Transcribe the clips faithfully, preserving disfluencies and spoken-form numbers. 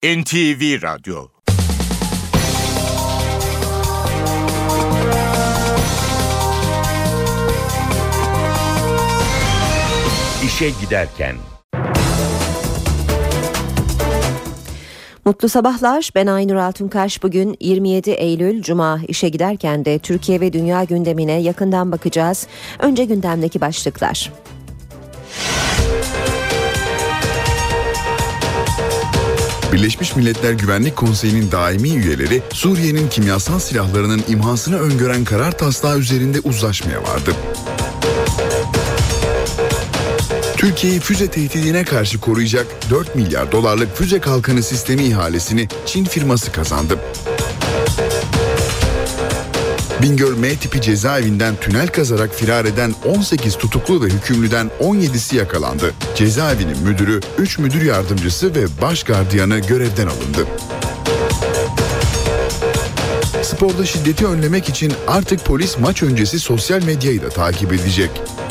N T V Radyo. İşe giderken. Mutlu sabahlar. Ben Aynur Altunkaş. Bugün yirmi yedi Eylül Cuma. İşe giderken de Türkiye ve dünya gündemine yakından bakacağız. Önce gündemdeki başlıklar. Birleşmiş Milletler Güvenlik Konseyi'nin daimi üyeleri Suriye'nin kimyasal silahlarının imhasını öngören karar taslağı üzerinde uzlaşmaya vardı. Türkiye'yi füze tehdidine karşı koruyacak dört milyar dolarlık füze kalkanı sistemi ihalesini Çin firması kazandı. Bingöl M tipi cezaevinden tünel kazarak firar eden on sekiz tutuklu ve hükümlüden on yedisi yakalandı. Cezaevinin müdürü, üç müdür yardımcısı ve baş gardiyanı görevden alındı. Sporda şiddeti önlemek için artık polis maç öncesi sosyal medyayı da takip edecek.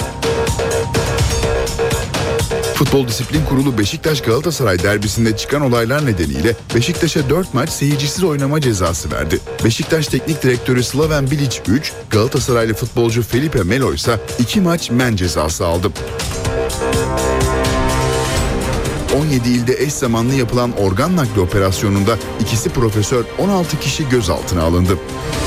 Futbol Disiplin Kurulu Beşiktaş-Galatasaray derbisinde çıkan olaylar nedeniyle Beşiktaş'a dört maç seyircisiz oynama cezası verdi. Beşiktaş Teknik Direktörü Slaven Bilic üç, Galatasaraylı futbolcu Felipe Melo ise iki maç men cezası aldı. on yedi ilde eş zamanlı yapılan organ nakli operasyonunda ikisi profesör, on altı kişi gözaltına alındı.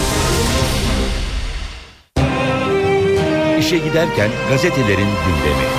İşe giderken gazetelerin gündemi.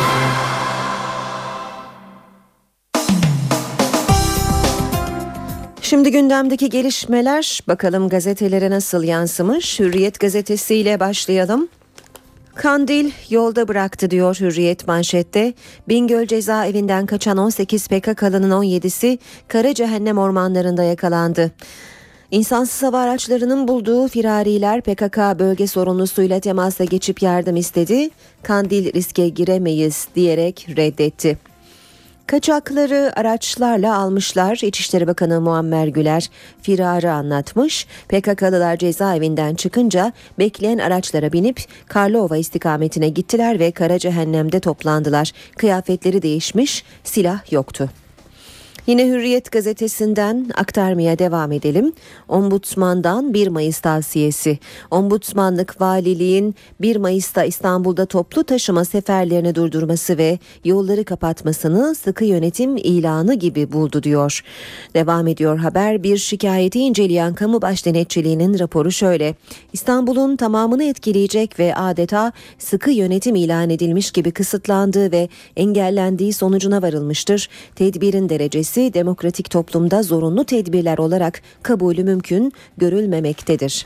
Şimdi gündemdeki gelişmeler, bakalım gazetelere nasıl yansımış? Hürriyet gazetesiyle başlayalım. Kandil yolda bıraktı diyor Hürriyet manşette. Bingöl cezaevinden kaçan on sekiz P K K'lının on yedisi Kara Cehennem ormanlarında yakalandı. İnsansız hava araçlarının bulduğu firariler P K K bölge sorumlusuyla temasa geçip yardım istedi. Kandil riske giremeyiz diyerek reddetti. Kaçakları araçlarla almışlar. İçişleri Bakanı Muammer Güler firarı anlatmış. P K K'lılar cezaevinden çıkınca bekleyen araçlara binip Karlova istikametine gittiler ve Kara Cehennem'de toplandılar. Kıyafetleri değişmiş, silah yoktu. Yine Hürriyet gazetesinden aktarmaya devam edelim. Ombudsmandan bir Mayıs tavsiyesi. Ombudsmanlık valiliğin bir Mayıs'ta İstanbul'da toplu taşıma seferlerini durdurması ve yolları kapatmasını sıkı yönetim ilanı gibi buldu diyor. Devam ediyor haber. Bir şikayeti inceleyen kamu başdenetçiliğinin raporu şöyle. İstanbul'un tamamını etkileyecek ve adeta sıkı yönetim ilan edilmiş gibi kısıtlandığı ve engellendiği sonucuna varılmıştır. Tedbirin derecesi demokratik toplumda zorunlu tedbirler olarak kabulü mümkün görülmemektedir.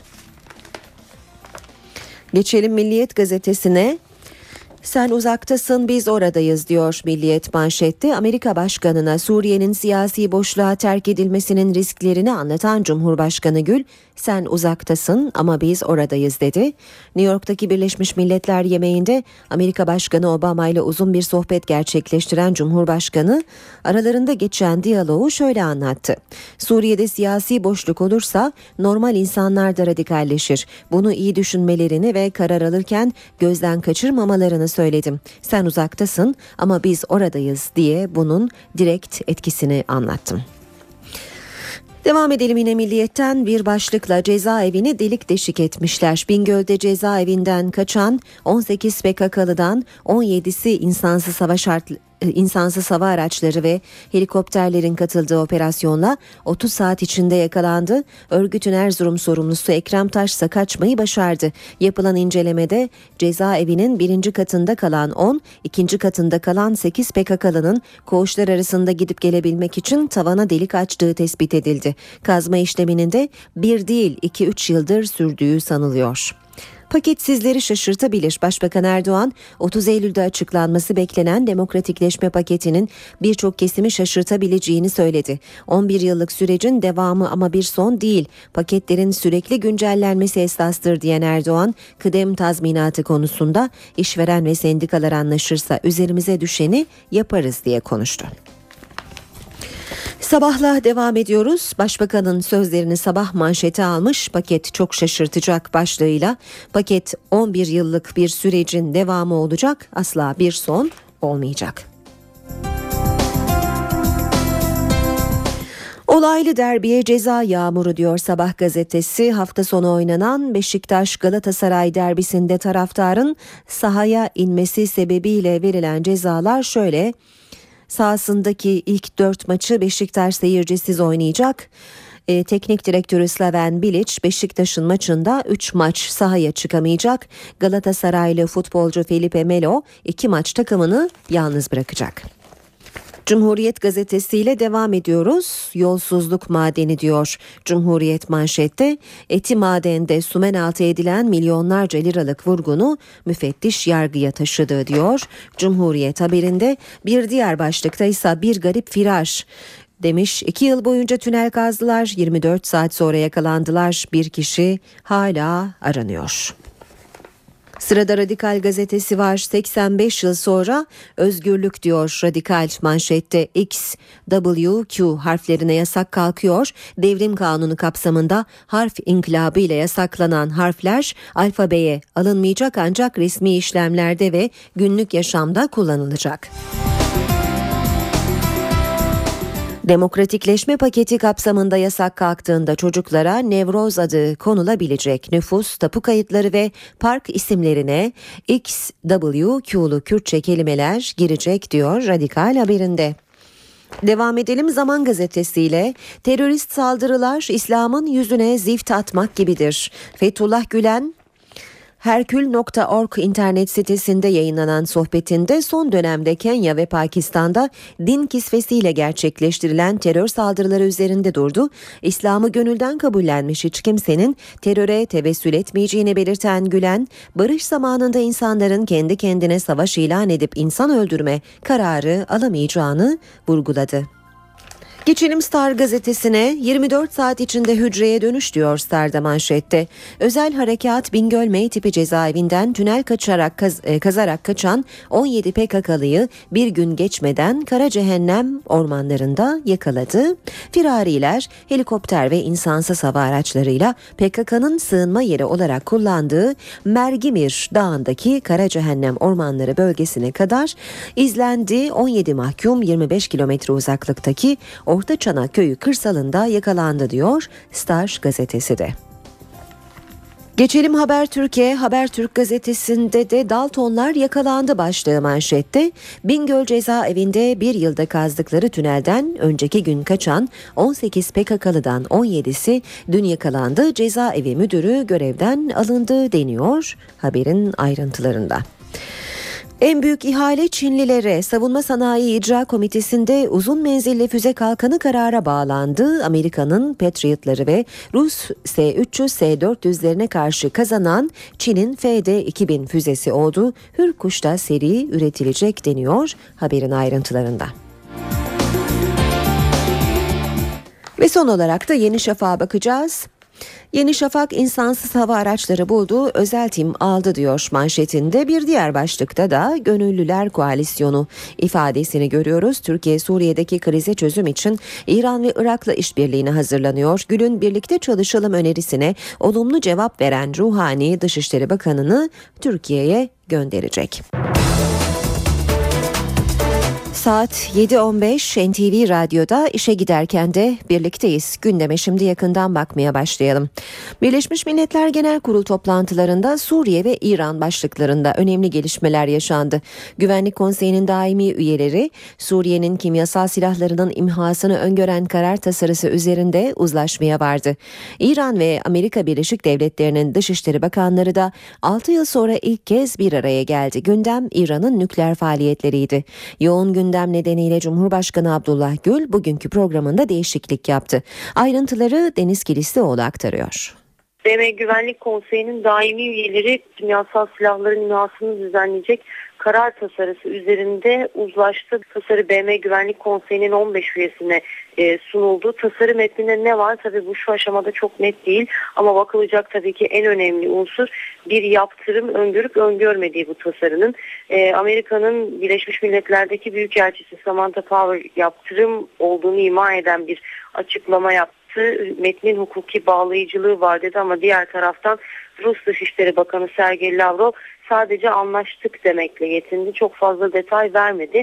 Geçelim Milliyet gazetesine. Sen uzaktasın, biz oradayız diyor Milliyet manşette. Amerika Başkanı'na Suriye'nin siyasi boşluğa terk edilmesinin risklerini anlatan Cumhurbaşkanı Gül, sen uzaktasın ama biz oradayız dedi. New York'taki Birleşmiş Milletler yemeğinde Amerika Başkanı Obama ile uzun bir sohbet gerçekleştiren Cumhurbaşkanı aralarında geçen diyaloğu şöyle anlattı. Suriye'de siyasi boşluk olursa normal insanlar da radikalleşir. Bunu iyi düşünmelerini ve karar alırken gözden kaçırmamalarını söyledim. Sen uzaktasın ama biz oradayız diye bunun direkt etkisini anlattım. Devam edelim yine Milliyet'ten bir başlıkla cezaevini delik deşik etmişler. Bingöl'de cezaevinden kaçan on sekiz P K K'lıdan on yedisi insansız hava şartlı insansız hava araçları ve helikopterlerin katıldığı operasyonla otuz saat içinde yakalandı. Örgütün Erzurum sorumlusu Ekrem Taş ise kaçmayı başardı. Yapılan incelemede cezaevinin birinci katında kalan on, ikinci katında kalan sekiz P K K'lının koğuşlar arasında gidip gelebilmek için tavana delik açtığı tespit edildi. Kazma işleminin de bir değil iki üç yıldır sürdüğü sanılıyor. Paket sizleri şaşırtabilir. Başbakan Erdoğan, otuz Eylül'de açıklanması beklenen demokratikleşme paketinin birçok kesimi şaşırtabileceğini söyledi. on bir yıllık sürecin devamı ama bir son değil. Paketlerin sürekli güncellenmesi esastır diyen Erdoğan, kıdem tazminatı konusunda işveren ve sendikalar anlaşırsa üzerimize düşeni yaparız diye konuştu. Sabahla devam ediyoruz. Başbakanın sözlerini sabah manşete almış. Paket çok şaşırtacak başlığıyla. Paket on bir yıllık bir sürecin devamı olacak. Asla bir son olmayacak. Olaylı derbiye ceza yağmuru diyor Sabah gazetesi. Hafta sonu oynanan Beşiktaş Galatasaray derbisinde taraftarın sahaya inmesi sebebiyle verilen cezalar şöyle. Sahasındaki ilk dört maçı Beşiktaş seyircisiz oynayacak. E, teknik direktörü Slaven Bilic Beşiktaş'ın maçında üç maç sahaya çıkamayacak. Galatasaraylı futbolcu Felipe Melo iki maç takımını yalnız bırakacak. Cumhuriyet gazetesiyle devam ediyoruz. Yolsuzluk madeni diyor Cumhuriyet manşette. Eti madende sumenaltı edilen milyonlarca liralık vurgunu müfettiş yargıya taşıdı diyor. Cumhuriyet haberinde bir diğer başlıkta ise bir garip viraj demiş. İki yıl boyunca tünel kazdılar, yirmi dört saat sonra yakalandılar. Bir kişi hala aranıyor. Sırada Radikal gazetesi var. seksen beş yıl sonra özgürlük diyor Radikal manşette. X, W, Q harflerine yasak kalkıyor. Devrim kanunu kapsamında harf inkılabı ile yasaklanan harfler alfabeye alınmayacak ancak resmi işlemlerde ve günlük yaşamda kullanılacak. Demokratikleşme paketi kapsamında yasak kalktığında çocuklara Nevroz adı konulabilecek nüfus, tapu kayıtları ve park isimlerine X, W, Q'lu Kürtçe kelimeler girecek diyor Radikal haberinde. Devam edelim Zaman gazetesiyle. Terörist saldırılar İslam'ın yüzüne zift atmak gibidir. Fethullah Gülen Herkül nokta org internet sitesinde yayınlanan sohbetinde son dönemde Kenya ve Pakistan'da din kisvesiyle gerçekleştirilen terör saldırıları üzerinde durdu. İslam'ı gönülden kabullenmiş hiç kimsenin teröre tevessül etmeyeceğini belirten Gülen, barış zamanında insanların kendi kendine savaş ilan edip insan öldürme kararı alamayacağını vurguladı. Geçelim Star gazetesine. yirmi dört saat içinde hücreye dönüş diyor Star'da manşette. Özel harekat Bingöl M tipi cezaevinden tünel kaçarak kaz, e, kazarak kaçan on yedi P K K'lıyı bir gün geçmeden Karacehennem ormanlarında yakaladı. Firariler helikopter ve insansız hava araçlarıyla P K K'nın sığınma yeri olarak kullandığı Mergimir Dağı'ndaki Karacehennem ormanları bölgesine kadar izlendi. on yedi mahkum yirmi beş kilometre uzaklıktaki Ortaçanak köyü kırsalında yakalandı diyor Star gazetesi de. Geçelim Habertürk'e. Habertürk gazetesinde de Daltonlar yakalandı başlığı manşette. Bingöl cezaevinde bir yılda kazdıkları tünelden önceki gün kaçan on sekiz P K K'lıdan on yedisi dün yakalandı. Cezaevi müdürü görevden alındı deniyor haberin ayrıntılarında. En büyük ihale Çinlilere. Savunma Sanayi İcra Komitesi'nde uzun menzilli füze kalkanı karara bağlandı. Amerika'nın Patriot'ları ve Rus S üç yüz S dört yüzlerine karşı kazanan Çin'in F D iki bin füzesi oldu. Hürkuş'ta seri üretilecek deniyor haberin ayrıntılarında. Ve son olarak da Yeni Şafak'a bakacağız. Yeni Şafak insansız hava araçları buldu, özel tim aldı diyor manşetinde. Bir diğer başlıkta da Gönüllüler Koalisyonu ifadesini görüyoruz. Türkiye Suriye'deki krize çözüm için İran ve Irak'la işbirliğine hazırlanıyor. Gül'ün birlikte çalışalım önerisine olumlu cevap veren Ruhani Dışişleri Bakanı'nı Türkiye'ye gönderecek. Saat yedi on beş N T V Radyo'da işe giderken de birlikteyiz. Gündeme şimdi yakından bakmaya başlayalım. Birleşmiş Milletler Genel Kurulu toplantılarında Suriye ve İran başlıklarında önemli gelişmeler yaşandı. Güvenlik Konseyi'nin daimi üyeleri Suriye'nin kimyasal silahlarının imhasını öngören karar tasarısı üzerinde uzlaşmaya vardı. İran ve Amerika Birleşik Devletleri'nin Dışişleri Bakanları da altı yıl sonra ilk kez bir araya geldi. Gündem İran'ın nükleer faaliyetleriydi. Yoğun gündem nedeniyle Cumhurbaşkanı Abdullah Gül bugünkü programında değişiklik yaptı. Ayrıntıları Deniz Kilislioğlu aktarıyor. B M Güvenlik Konseyi'nin daimi üyeleri kimyasal silahların imhasını düzenleyecek karar tasarısı üzerinde uzlaştı. Tasarı B M Güvenlik Konseyi'nin on beş üyesine e, sunuldu. Tasarı metninde ne var? Tabii bu şu aşamada çok net değil ama bakılacak tabii ki en önemli unsur bir yaptırım öngörüp öngörmediği bu tasarının. E, Amerika'nın Birleşmiş Milletler'deki Büyükelçisi Samantha Power yaptırım olduğunu ima eden bir açıklama yaptı. Metnin hukuki bağlayıcılığı var dedi ama diğer taraftan Rus Dışişleri Bakanı Sergey Lavrov sadece anlaştık demekle yetindi. Çok fazla detay vermedi.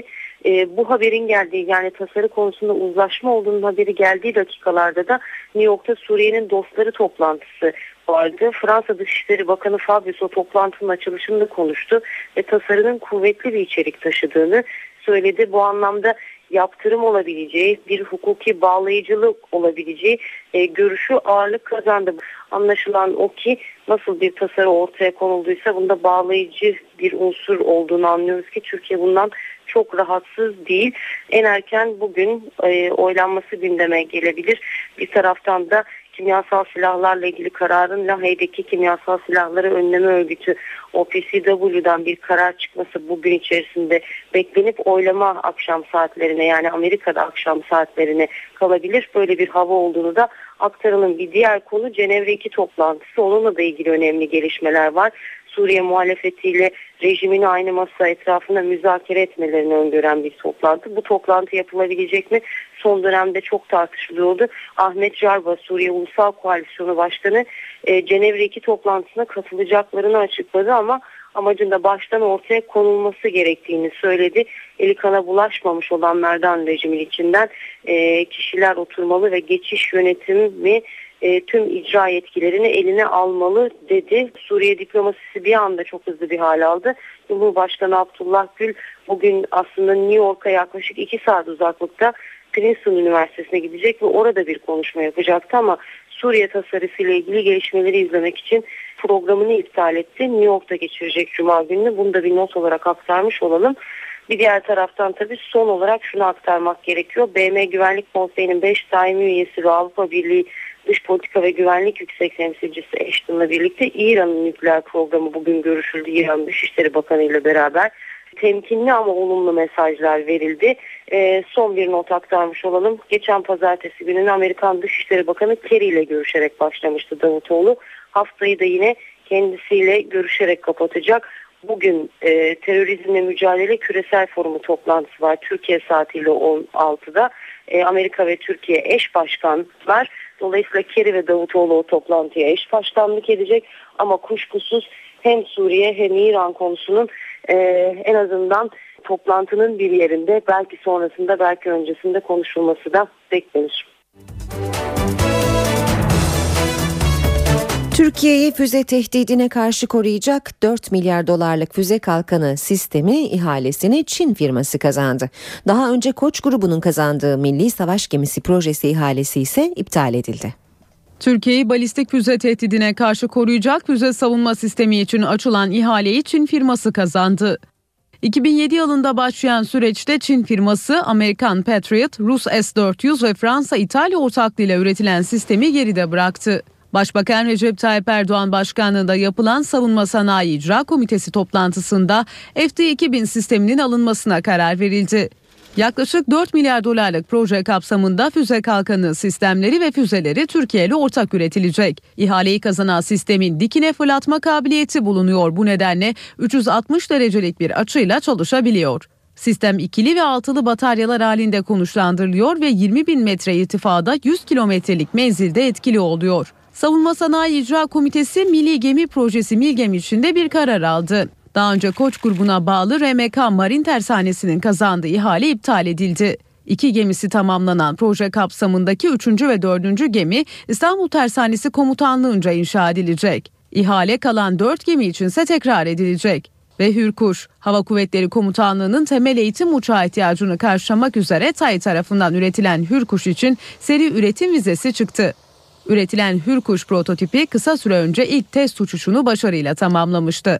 E, bu haberin geldiği, yani tasarı konusunda uzlaşma olduğunun haberi geldiği dakikalarda da New York'ta Suriye'nin dostları toplantısı vardı. Fransa Dışişleri Bakanı Fabius o toplantının açılışında konuştu ve tasarının kuvvetli bir içerik taşıdığını söyledi. Bu anlamda yaptırım olabileceği, bir hukuki bağlayıcılık olabileceği e, görüşü ağırlık kazandı. Anlaşılan o ki nasıl bir tasarı ortaya konulduysa bunda bağlayıcı bir unsur olduğunu anlıyoruz ki Türkiye bundan çok rahatsız değil. En erken bugün e, oylanması gündeme gelebilir. Bir taraftan da kimyasal silahlarla ilgili kararın Lahey'deki kimyasal silahları önleme örgütü O P C W'dan bir karar çıkması bugün içerisinde beklenip oylama akşam saatlerine, yani Amerika'da akşam saatlerine kalabilir. Böyle bir hava olduğunu da aktaralım. Bir diğer konu Cenevre iki toplantısı. Onunla da ilgili önemli gelişmeler var. Suriye muhalefetiyle rejimini aynı masa etrafında müzakere etmelerini öngören bir toplantı. Bu toplantı yapılabilecek mi? Son dönemde çok tartışılıyordu. Ahmet Jarba, Suriye Ulusal Koalisyonu Başkanı, e, Cenevre iki toplantısına katılacaklarını açıkladı ama amacın da baştan ortaya konulması gerektiğini söyledi. Eli kana bulaşmamış olanlardan, rejimin içinden e, kişiler oturmalı ve geçiş yönetimi E, tüm icra yetkilerini eline almalı dedi. Suriye diplomasisi bir anda çok hızlı bir hal aldı. Cumhurbaşkanı Abdullah Gül bugün aslında New York'a yaklaşık iki saat uzaklıkta Princeton Üniversitesi'ne gidecek ve orada bir konuşma yapacaktı ama Suriye tasarısı ile ilgili gelişmeleri izlemek için programını iptal etti. New York'ta geçirecek Cuma gününü. Bunu da bir not olarak aktarmış olalım. Bir diğer taraftan tabii son olarak şunu aktarmak gerekiyor. B M Güvenlik Konseyi'nin beş daimi üyesi ve Avrupa Birliği Dış Politika ve Güvenlik Yüksek Temsilcisi Ashton'la birlikte İran'ın nükleer programı bugün görüşüldü. İran Dışişleri Bakanı ile beraber temkinli ama olumlu mesajlar verildi. E, son bir not aktarmış olalım. Geçen pazartesi günü Amerikan Dışişleri Bakanı Kerry ile görüşerek başlamıştı Davutoğlu. Haftayı da yine kendisiyle görüşerek kapatacak. Bugün e, terörizmle mücadele küresel forumu toplantısı var. Türkiye saatiyle on altıda. E, Amerika ve Türkiye eş başkanlar. Dolayısıyla Kerry ve Davutoğlu o toplantıya eş başkanlık edecek. Ama kuşkusuz hem Suriye hem İran konusunun e, en azından toplantının bir yerinde, belki sonrasında belki öncesinde konuşulması da beklenir. Türkiye'yi füze tehdidine karşı koruyacak dört milyar dolarlık füze kalkanı sistemi ihalesini Çin firması kazandı. Daha önce Koç grubunun kazandığı Milli Savaş Gemisi projesi ihalesi ise iptal edildi. Türkiye'yi balistik füze tehdidine karşı koruyacak füze savunma sistemi için açılan ihaleyi Çin firması kazandı. iki bin yedi yılında başlayan süreçte Çin firması Amerikan Patriot, Rus S dört yüz ve Fransa İtalya ortaklığıyla üretilen sistemi geride bıraktı. Başbakan Recep Tayyip Erdoğan başkanlığında yapılan Savunma Sanayi İcra Komitesi toplantısında F D iki bin sisteminin alınmasına karar verildi. Yaklaşık dört milyar dolarlık proje kapsamında füze kalkanı sistemleri ve füzeleri Türkiye ile ortak üretilecek. İhaleyi kazanan sistemin dikine fırlatma kabiliyeti bulunuyor. Bu nedenle üç yüz altmış derecelik bir açıyla çalışabiliyor. Sistem ikili ve altılı bataryalar halinde konuşlandırılıyor ve yirmi bin metre irtifada yüz kilometrelik menzilde etkili oluyor. Savunma Sanayi İcra Komitesi Milli Gemi Projesi MİLGEM için de bir karar aldı. Daha önce Koç grubuna bağlı R M K Marin Tersanesi'nin kazandığı ihale iptal edildi. İki gemisi tamamlanan proje kapsamındaki üçüncü ve dördüncü gemi İstanbul Tersanesi Komutanlığı'nca inşa edilecek. İhale kalan dört gemi içinse tekrar edilecek. Ve Hürkuş, Hava Kuvvetleri Komutanlığı'nın temel eğitim uçağı ihtiyacını karşılamak üzere T A İ tarafından üretilen Hürkuş için seri üretim vizesi çıktı. Üretilen Hürkuş prototipi kısa süre önce ilk test uçuşunu başarıyla tamamlamıştı.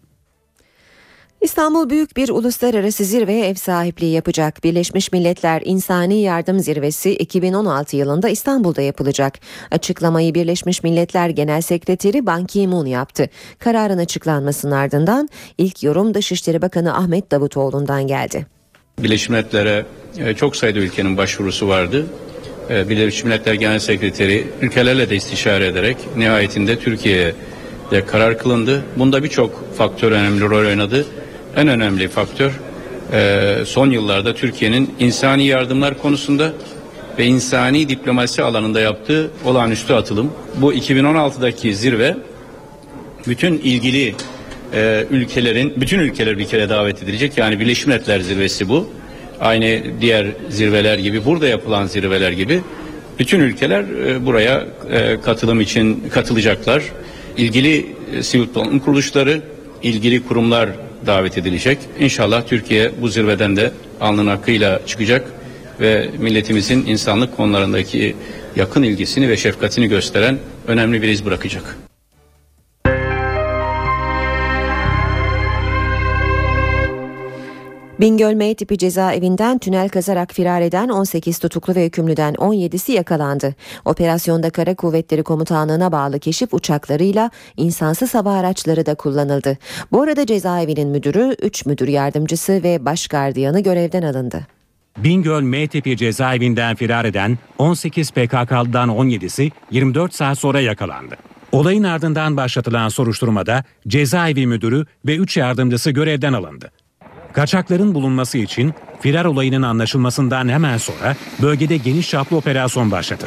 İstanbul büyük bir uluslararası zirveye ev sahipliği yapacak. Birleşmiş Milletler İnsani Yardım Zirvesi iki bin on altı yılında İstanbul'da yapılacak. Açıklamayı Birleşmiş Milletler Genel Sekreteri Ban Ki-moon yaptı. Kararın açıklanmasının ardından ilk yorum Dışişleri Bakanı Ahmet Davutoğlu'ndan geldi. Birleşmiş Milletler'e çok sayıda ülkenin başvurusu vardı. Birleşmiş Milletler Genel Sekreteri ülkelerle de istişare ederek nihayetinde Türkiye'ye de karar kılındı. Bunda birçok faktör önemli rol oynadı. En önemli faktör son yıllarda Türkiye'nin insani yardımlar konusunda ve insani diplomasi alanında yaptığı olağanüstü atılım. Bu iki bin on altıdaki zirve bütün ilgili ülkelerin, bütün ülkeler bir kere davet edilecek. Yani Birleşmiş Milletler Zirvesi bu. aynı diğer zirveler gibi, burada yapılan zirveler gibi bütün ülkeler buraya katılım için katılacaklar. İlgili sivil toplum kuruluşları, ilgili kurumlar davet edilecek. İnşallah Türkiye bu zirveden de alnının hakkıyla çıkacak ve milletimizin insanlık konularındaki yakın ilgisini ve şefkatini gösteren önemli bir iz bırakacak. Bingöl M tipi cezaevinden tünel kazarak firar eden on sekiz tutuklu ve hükümlüden on yedisi yakalandı. Operasyonda Kara Kuvvetleri Komutanlığı'na bağlı keşif uçaklarıyla insansız hava araçları da kullanıldı. Bu arada cezaevinin müdürü, üç müdür yardımcısı ve baş gardiyanı görevden alındı. Bingöl M tipi cezaevinden firar eden on sekiz P K K'lıdan on yedisi yirmi dört saat sonra yakalandı. Olayın ardından başlatılan soruşturmada cezaevi müdürü ve üç yardımcısı görevden alındı. Kaçakların bulunması için firar olayının anlaşılmasından hemen sonra bölgede geniş çaplı operasyon başlatıldı.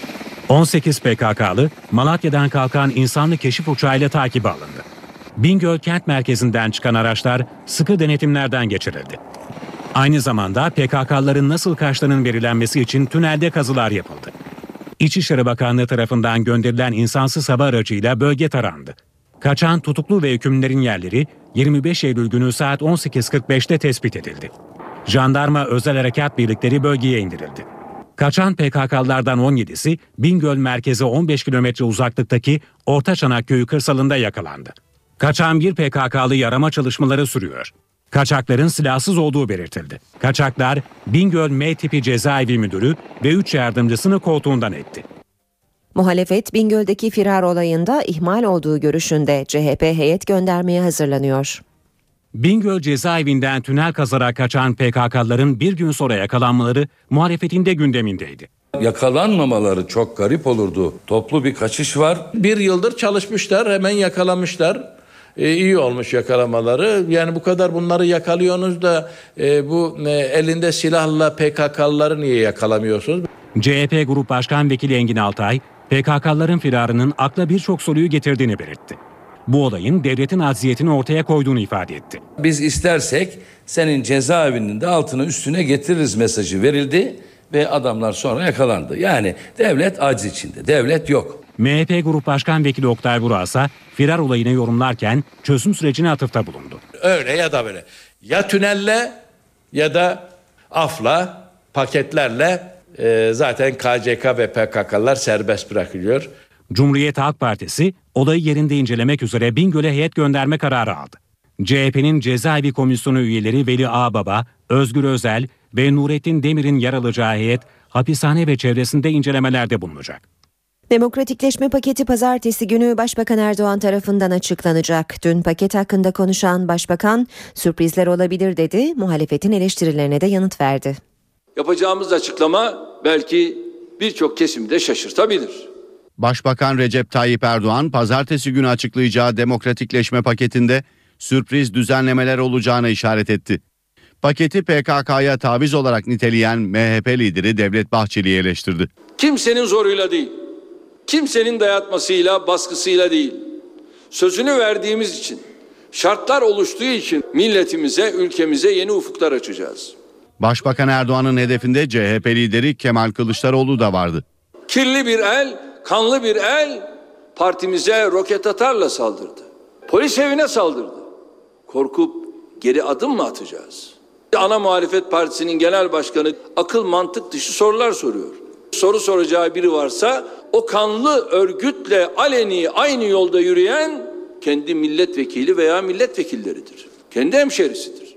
on sekiz P K K'lı Malatya'dan kalkan insanlı keşif uçağıyla takibe alındı. Bingöl kent merkezinden çıkan araçlar sıkı denetimlerden geçirildi. Aynı zamanda P K K'lıların nasıl kaçtığının belirlenmesi için tünelde kazılar yapıldı. İçişleri Bakanlığı tarafından gönderilen insansız hava aracıyla bölge tarandı. Kaçan tutuklu ve hükümlülerin yerleri yirmi beş Eylül günü saat on sekiz kırk beşte tespit edildi. Jandarma özel harekat birlikleri bölgeye indirildi. Kaçan P K K'lılardan on yedisi Bingöl merkeze on beş kilometre uzaklıktaki Orta Çanakköy'ü kırsalında yakalandı. Kaçan bir P K K'lı arama çalışmaları sürüyor. Kaçakların silahsız olduğu belirtildi. Kaçaklar Bingöl M tipi cezaevi müdürü ve üç yardımcısını koltuğundan etti. Muhalefet Bingöl'deki firar olayında ihmal olduğu görüşünde C H P heyet göndermeye hazırlanıyor. Bingöl cezaevinden tünel kazarak kaçan P K K'lıların bir gün sonra yakalanmaları muhalefetin de gündemindeydi. Yakalanmamaları çok garip olurdu. Toplu bir kaçış var. Bir yıldır çalışmışlar, hemen yakalamışlar. Ee, iyi olmuş yakalamaları. Yani bu kadar bunları yakalıyorsunuz da e, bu e, elinde silahla P K K'lıları niye yakalamıyorsunuz? C H P Grup Başkan Vekili Engin Altay, P K K'lıların firarının akla birçok soruyu getirdiğini belirtti. Bu olayın devletin acziyetini ortaya koyduğunu ifade etti. Biz istersek senin cezaevinin de altına üstüne getiririz mesajı verildi ve adamlar sonra yakalandı. Yani devlet aciz içinde, devlet yok. M H P Grup Başkan Vekili Oktay Burak ise firar olayını yorumlarken çözüm sürecine atıfta bulundu. Öyle ya da böyle. Ya tünelle ya da afla, paketlerle e, zaten K C K ve P K K'lılar serbest bırakılıyor. Cumhuriyet Halk Partisi olayı yerinde incelemek üzere Bingöl'e heyet gönderme kararı aldı. C H P'nin cezaevi komisyonu üyeleri Veli Ağbaba, Özgür Özel ve Nurettin Demir'in yer alacağı heyet hapishane ve çevresinde incelemelerde bulunacak. Demokratikleşme paketi pazartesi günü Başbakan Erdoğan tarafından açıklanacak. Dün paket hakkında konuşan Başbakan sürprizler olabilir dedi, muhalefetin eleştirilerine de yanıt verdi. Yapacağımız açıklama belki birçok kesimi de şaşırtabilir. Başbakan Recep Tayyip Erdoğan pazartesi günü açıklayacağı demokratikleşme paketinde sürpriz düzenlemeler olacağına işaret etti. Paketi P K K'ya taviz olarak niteleyen M H P lideri Devlet Bahçeli'yi eleştirdi. Kimsenin zoruyla değil, kimsenin dayatmasıyla, baskısıyla değil, sözünü verdiğimiz için, şartlar oluştuğu için milletimize, ülkemize yeni ufuklar açacağız. Başbakan Erdoğan'ın hedefinde C H P lideri Kemal Kılıçdaroğlu da vardı. Kirli bir el, kanlı bir el partimize roket atarla saldırdı. Polis evine saldırdı. Korkup geri adım mı atacağız? Ana muhalefet partisinin genel başkanı akıl mantık dışı sorular soruyor. Soru soracağı biri varsa o kanlı örgütle aleni aynı yolda yürüyen kendi milletvekili veya milletvekilleridir. Kendi hemşerisidir.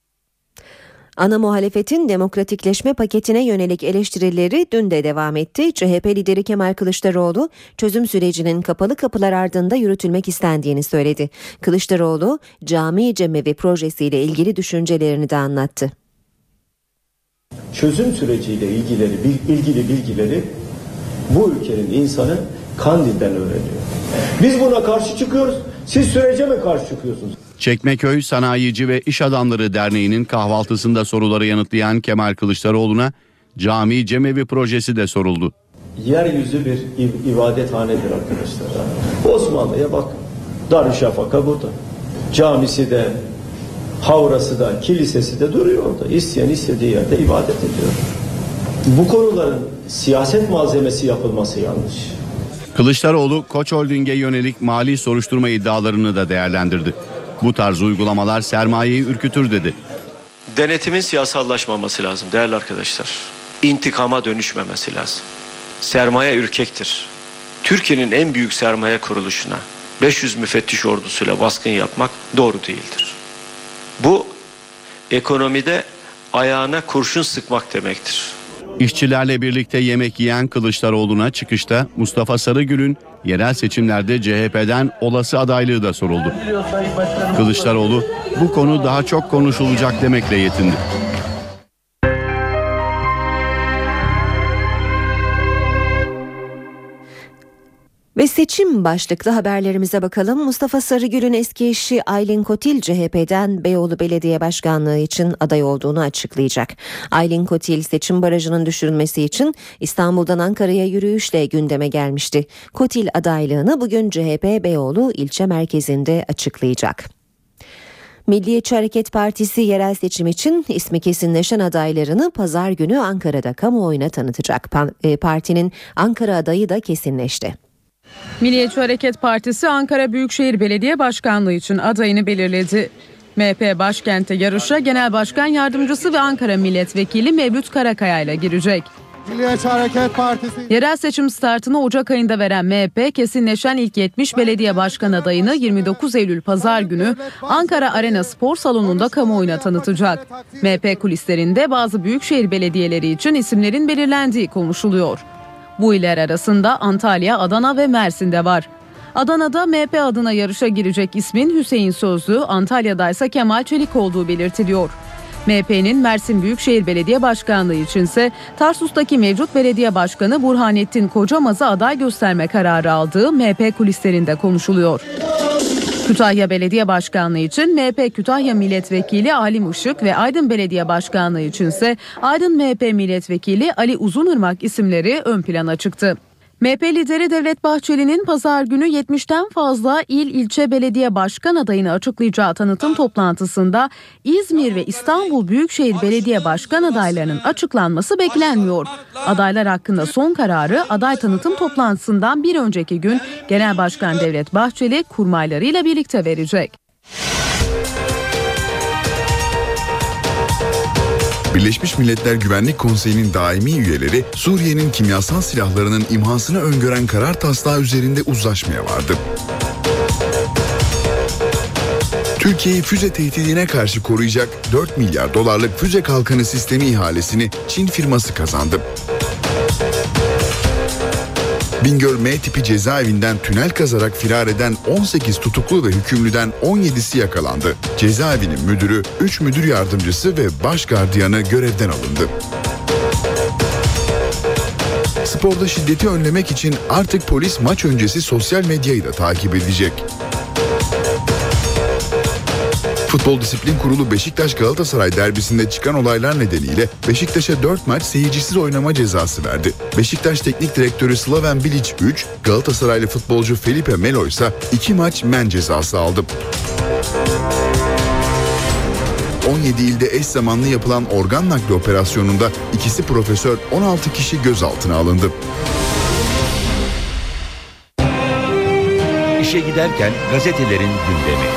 Ana muhalefetin demokratikleşme paketine yönelik eleştirileri dün de devam etti. C H P lideri Kemal Kılıçdaroğlu çözüm sürecinin kapalı kapılar ardında yürütülmek istendiğini söyledi. Kılıçdaroğlu cami cemevi projesiyle ilgili düşüncelerini de anlattı. Çözüm süreciyle ilgili, ilgili bilgileri bu ülkenin insanı Kandil'den öğreniyor. Biz buna karşı çıkıyoruz. Siz sürece mi karşı çıkıyorsunuz? Çekmeköy Sanayici ve İş Adamları Derneği'nin kahvaltısında soruları yanıtlayan Kemal Kılıçdaroğlu'na cami cemevi projesi de soruldu. Yeryüzü bir ibadethanedir arkadaşlar. Osmanlı'ya bak. Darüşşafaka burada. Camisi de, Havrası da, kilisesi de duruyor orada. İsteyen istediği yerde ibadet ediyor. Bu konuların siyaset malzemesi yapılması yanlış. Kılıçdaroğlu, Koç Holding'e yönelik mali soruşturma iddialarını da değerlendirdi. Bu tarz uygulamalar sermayeyi ürkütür dedi. Denetimin siyasallaşmaması lazım değerli arkadaşlar. İntikama dönüşmemesi lazım. Sermaye ürkektir. Türkiye'nin en büyük sermaye kuruluşuna beş yüz müfettiş ordusuyla baskın yapmak doğru değildir. Bu ekonomide ayağına kurşun sıkmak demektir. İşçilerle birlikte yemek yiyen Kılıçdaroğlu'na çıkışta Mustafa Sarıgül'ün yerel seçimlerde C H P'den olası adaylığı da soruldu. Kılıçdaroğlu bu konu daha çok konuşulacak demekle yetindi. Ve seçim başlıklı haberlerimize bakalım. Mustafa Sarıgül'ün eski eşi Aylin Kotil C H P'den Beyoğlu Belediye Başkanlığı için aday olduğunu açıklayacak. Aylin Kotil seçim barajının düşürülmesi için İstanbul'dan Ankara'ya yürüyüşle gündeme gelmişti. Kotil adaylığını bugün C H P Beyoğlu ilçe merkezinde açıklayacak. Milliyetçi Hareket Partisi yerel seçim için ismi kesinleşen adaylarını pazar günü Ankara'da kamuoyuna tanıtacak. Partinin Ankara adayı da kesinleşti. Milliyetçi Hareket Partisi Ankara Büyükşehir Belediye Başkanlığı için adayını belirledi. M H P başkente yarışa Genel Başkan Yardımcısı ve Ankara Milletvekili Mevlüt Karakaya ile girecek. Milliyetçi Hareket Partisi yerel seçim startını Ocak ayında veren M H P kesinleşen ilk yetmiş belediye başkan adayını yirmi dokuz Eylül Pazar günü Ankara Arena Spor Salonu'nda kamuoyuna tanıtacak. M H P kulislerinde bazı büyükşehir belediyeleri için isimlerin belirlendiği konuşuluyor. Bu iller arasında Antalya, Adana ve Mersin'de var. Adana'da M H P adına yarışa girecek ismin Hüseyin Sözlü, Antalya'da ise Kemal Çelik olduğu belirtiliyor. M H P'nin Mersin Büyükşehir Belediye Başkanlığı içinse Tarsus'taki mevcut belediye başkanı Burhanettin Kocamaz'ı aday gösterme kararı aldığı M H P kulislerinde konuşuluyor. Kütahya Belediye Başkanlığı için M H P Kütahya Milletvekili Alim Işık ve Aydın Belediye Başkanlığı içinse Aydın M H P Milletvekili Ali Uzunırmak isimleri ön plana çıktı. M H P lideri Devlet Bahçeli'nin pazar günü yetmişten fazla il ilçe belediye başkan adayını açıklayacağı tanıtım toplantısında İzmir ve İstanbul Büyükşehir Belediye Başkan adaylarının açıklanması beklenmiyor. Adaylar hakkında son kararı aday tanıtım toplantısından bir önceki gün Genel Başkan Devlet Bahçeli kurmaylarıyla birlikte verecek. Birleşmiş Milletler Güvenlik Konseyi'nin daimi üyeleri Suriye'nin kimyasal silahlarının imhasını öngören karar taslağı üzerinde uzlaşmaya vardı. Türkiye'yi füze tehdidine karşı koruyacak dört milyar dolarlık füze kalkanı sistemi ihalesini Çin firması kazandı. Bingöl M tipi cezaevinden tünel kazarak firar eden on sekiz tutuklu ve hükümlüden on yedisi yakalandı. Cezaevinin müdürü, üç müdür yardımcısı ve baş gardiyanı görevden alındı. Sporda şiddeti önlemek için artık polis maç öncesi sosyal medyayı da takip edecek. Futbol Disiplin Kurulu Beşiktaş Galatasaray derbisinde çıkan olaylar nedeniyle Beşiktaş'a dört maç seyircisiz oynama cezası verdi. Beşiktaş Teknik Direktörü Slaven Bilic üç, Galatasaraylı futbolcu Felipe Melo ise iki maç men cezası aldı. on yedi ilde eş zamanlı yapılan organ nakli operasyonunda ikisi profesör, on altı kişi gözaltına alındı. İşe giderken gazetelerin gündemi.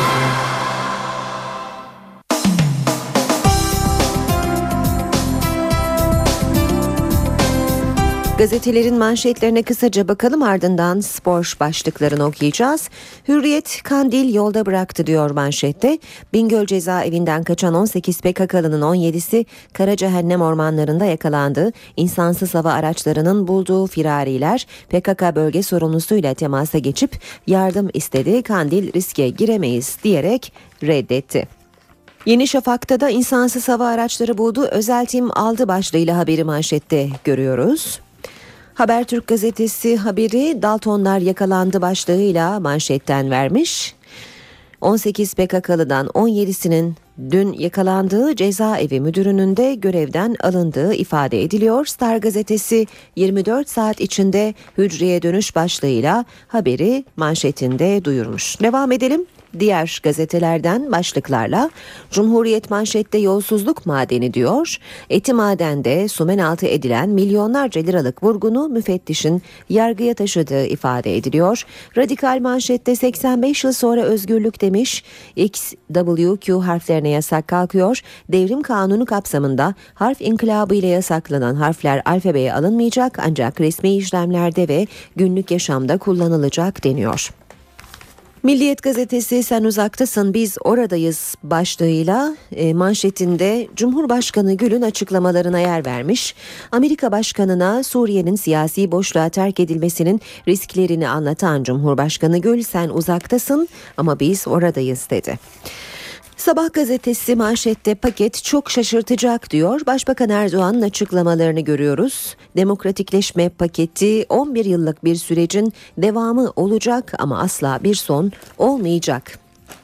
Gazetelerin manşetlerine kısaca bakalım, ardından spor başlıklarını okuyacağız. Hürriyet Kandil yolda bıraktı diyor manşette. Bingöl cezaevinden kaçan on sekiz P K K'lının on yedisi Karacehennem ormanlarında yakalandı. İnsansız hava araçlarının bulduğu firariler P K K bölge sorumlusuyla temasa geçip yardım istedi. Kandil riske giremeyiz diyerek reddetti. Yeni Şafak'ta da insansız hava araçları buldu, özel tim aldı başlığıyla haberi manşette görüyoruz. Habertürk gazetesi haberi Daltonlar yakalandı başlığıyla manşetten vermiş. on sekiz P K K'lıdan on yedisinin dün yakalandığı cezaevi müdürünün de görevden alındığı ifade ediliyor. Star gazetesi yirmi dört saat içinde hücreye dönüş başlığıyla haberi manşetinde duyurmuş. Devam edelim Diğer gazetelerden başlıklarla Cumhuriyet manşette yolsuzluk madeni diyor. Eti madende sumen altı edilen milyonlarca liralık vurgunu müfettişin yargıya taşıdığı ifade ediliyor. Radikal manşette seksen beş yıl sonra özgürlük demiş. X, W, Q harflerine yasak kalkıyor. Devrim kanunu kapsamında harf inkılabı ile yasaklanan harfler alfabeye alınmayacak ancak resmi işlemlerde ve günlük yaşamda kullanılacak deniyor. Milliyet gazetesi sen uzaktasın biz oradayız başlığıyla e, manşetinde Cumhurbaşkanı Gül'ün açıklamalarına yer vermiş. Amerika Başkanı'na Suriye'nin siyasi boşluğa terk edilmesinin risklerini anlatan Cumhurbaşkanı Gül sen uzaktasın ama biz oradayız dedi. Sabah gazetesi manşette paket çok şaşırtacak diyor. Başbakan Erdoğan'ın açıklamalarını görüyoruz. Demokratikleşme paketi on bir yıllık bir sürecin devamı olacak ama asla bir son olmayacak.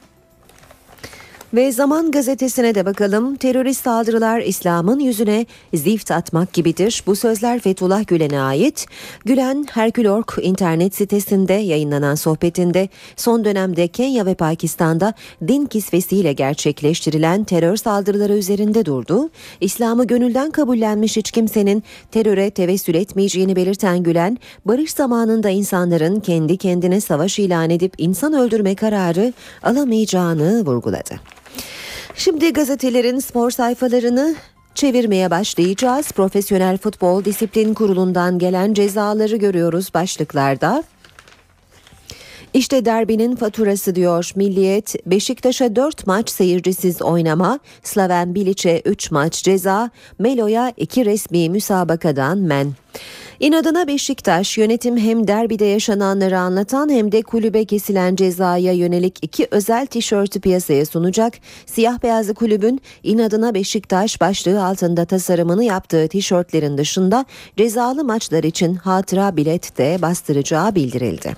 Ve Zaman gazetesine de bakalım. Terörist saldırılar İslam'ın yüzüne zift atmak gibidir. Bu sözler Fethullah Gülen'e ait. Gülen, Herkül Ork internet sitesinde yayınlanan sohbetinde son dönemde Kenya ve Pakistan'da din kisvesiyle gerçekleştirilen terör saldırıları üzerinde durdu. İslam'ı gönülden kabullenmiş hiç kimsenin teröre tevessül etmeyeceğini belirten Gülen, barış zamanında insanların kendi kendine savaş ilan edip insan öldürme kararı alamayacağını vurguladı. Şimdi gazetelerin spor sayfalarını çevirmeye başlayacağız. Profesyonel Futbol Disiplin Kurulu'ndan gelen cezaları görüyoruz başlıklarda. İşte derbinin faturası diyor Milliyet. Beşiktaş'a dört maç seyircisiz oynama, Slaven Bilic'e üç maç ceza, Melo'ya iki resmi müsabakadan men. İnadına Beşiktaş yönetim hem derbide yaşananları anlatan hem de kulübe kesilen cezaya yönelik iki özel tişörtü piyasaya sunacak. Siyah beyazlı kulübün İnadına Beşiktaş başlığı altında tasarımını yaptığı tişörtlerin dışında cezalı maçlar için hatıra bilet de bastıracağı bildirildi.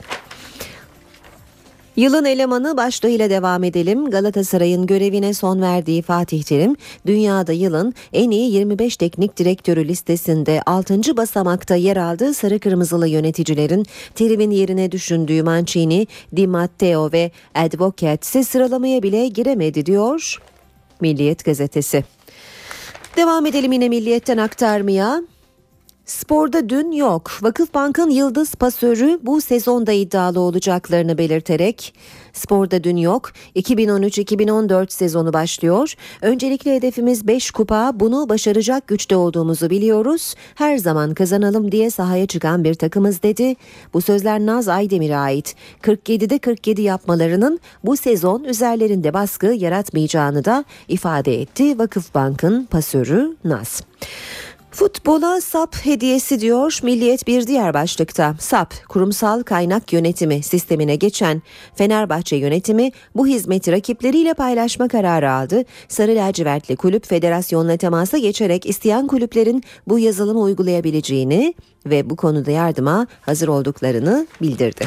Yılın elemanı başlığıyla devam edelim. Galatasaray'ın görevine son verdiği Fatih Terim, dünyada yılın en iyi yirmi beş teknik direktörü listesinde altıncı basamakta yer aldığı sarı kırmızılı yöneticilerin Terim'in yerine düşündüğü Mancini, Di Matteo ve Advocaat ise sıralamaya bile giremedi diyor Milliyet gazetesi. Devam edelim yine Milliyet'ten aktarmaya. Sporda dün yok. Vakıfbank'ın yıldız pasörü bu sezonda iddialı olacaklarını belirterek sporda dün yok. iki bin on üç iki bin on dört sezonu başlıyor. Öncelikle hedefimiz beş kupa. Bunu başaracak güçte olduğumuzu biliyoruz. Her zaman kazanalım diye sahaya çıkan bir takımız dedi. Bu sözler Naz Aydemir'e ait. kırk yedide kırk yedi yapmalarının bu sezon üzerlerinde baskı yaratmayacağını da ifade etti Vakıfbank'ın pasörü Naz. Futbola S A P hediyesi diyor Milliyet bir diğer başlıkta. S A P, kurumsal kaynak yönetimi sistemine geçen Fenerbahçe yönetimi bu hizmeti rakipleriyle paylaşma kararı aldı. Sarı lacivertli kulüp federasyonla temasa geçerek isteyen kulüplerin bu yazılımı uygulayabileceğini ve bu konuda yardıma hazır olduklarını bildirdi.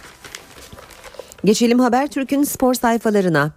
Geçelim Habertürk'ün spor sayfalarına.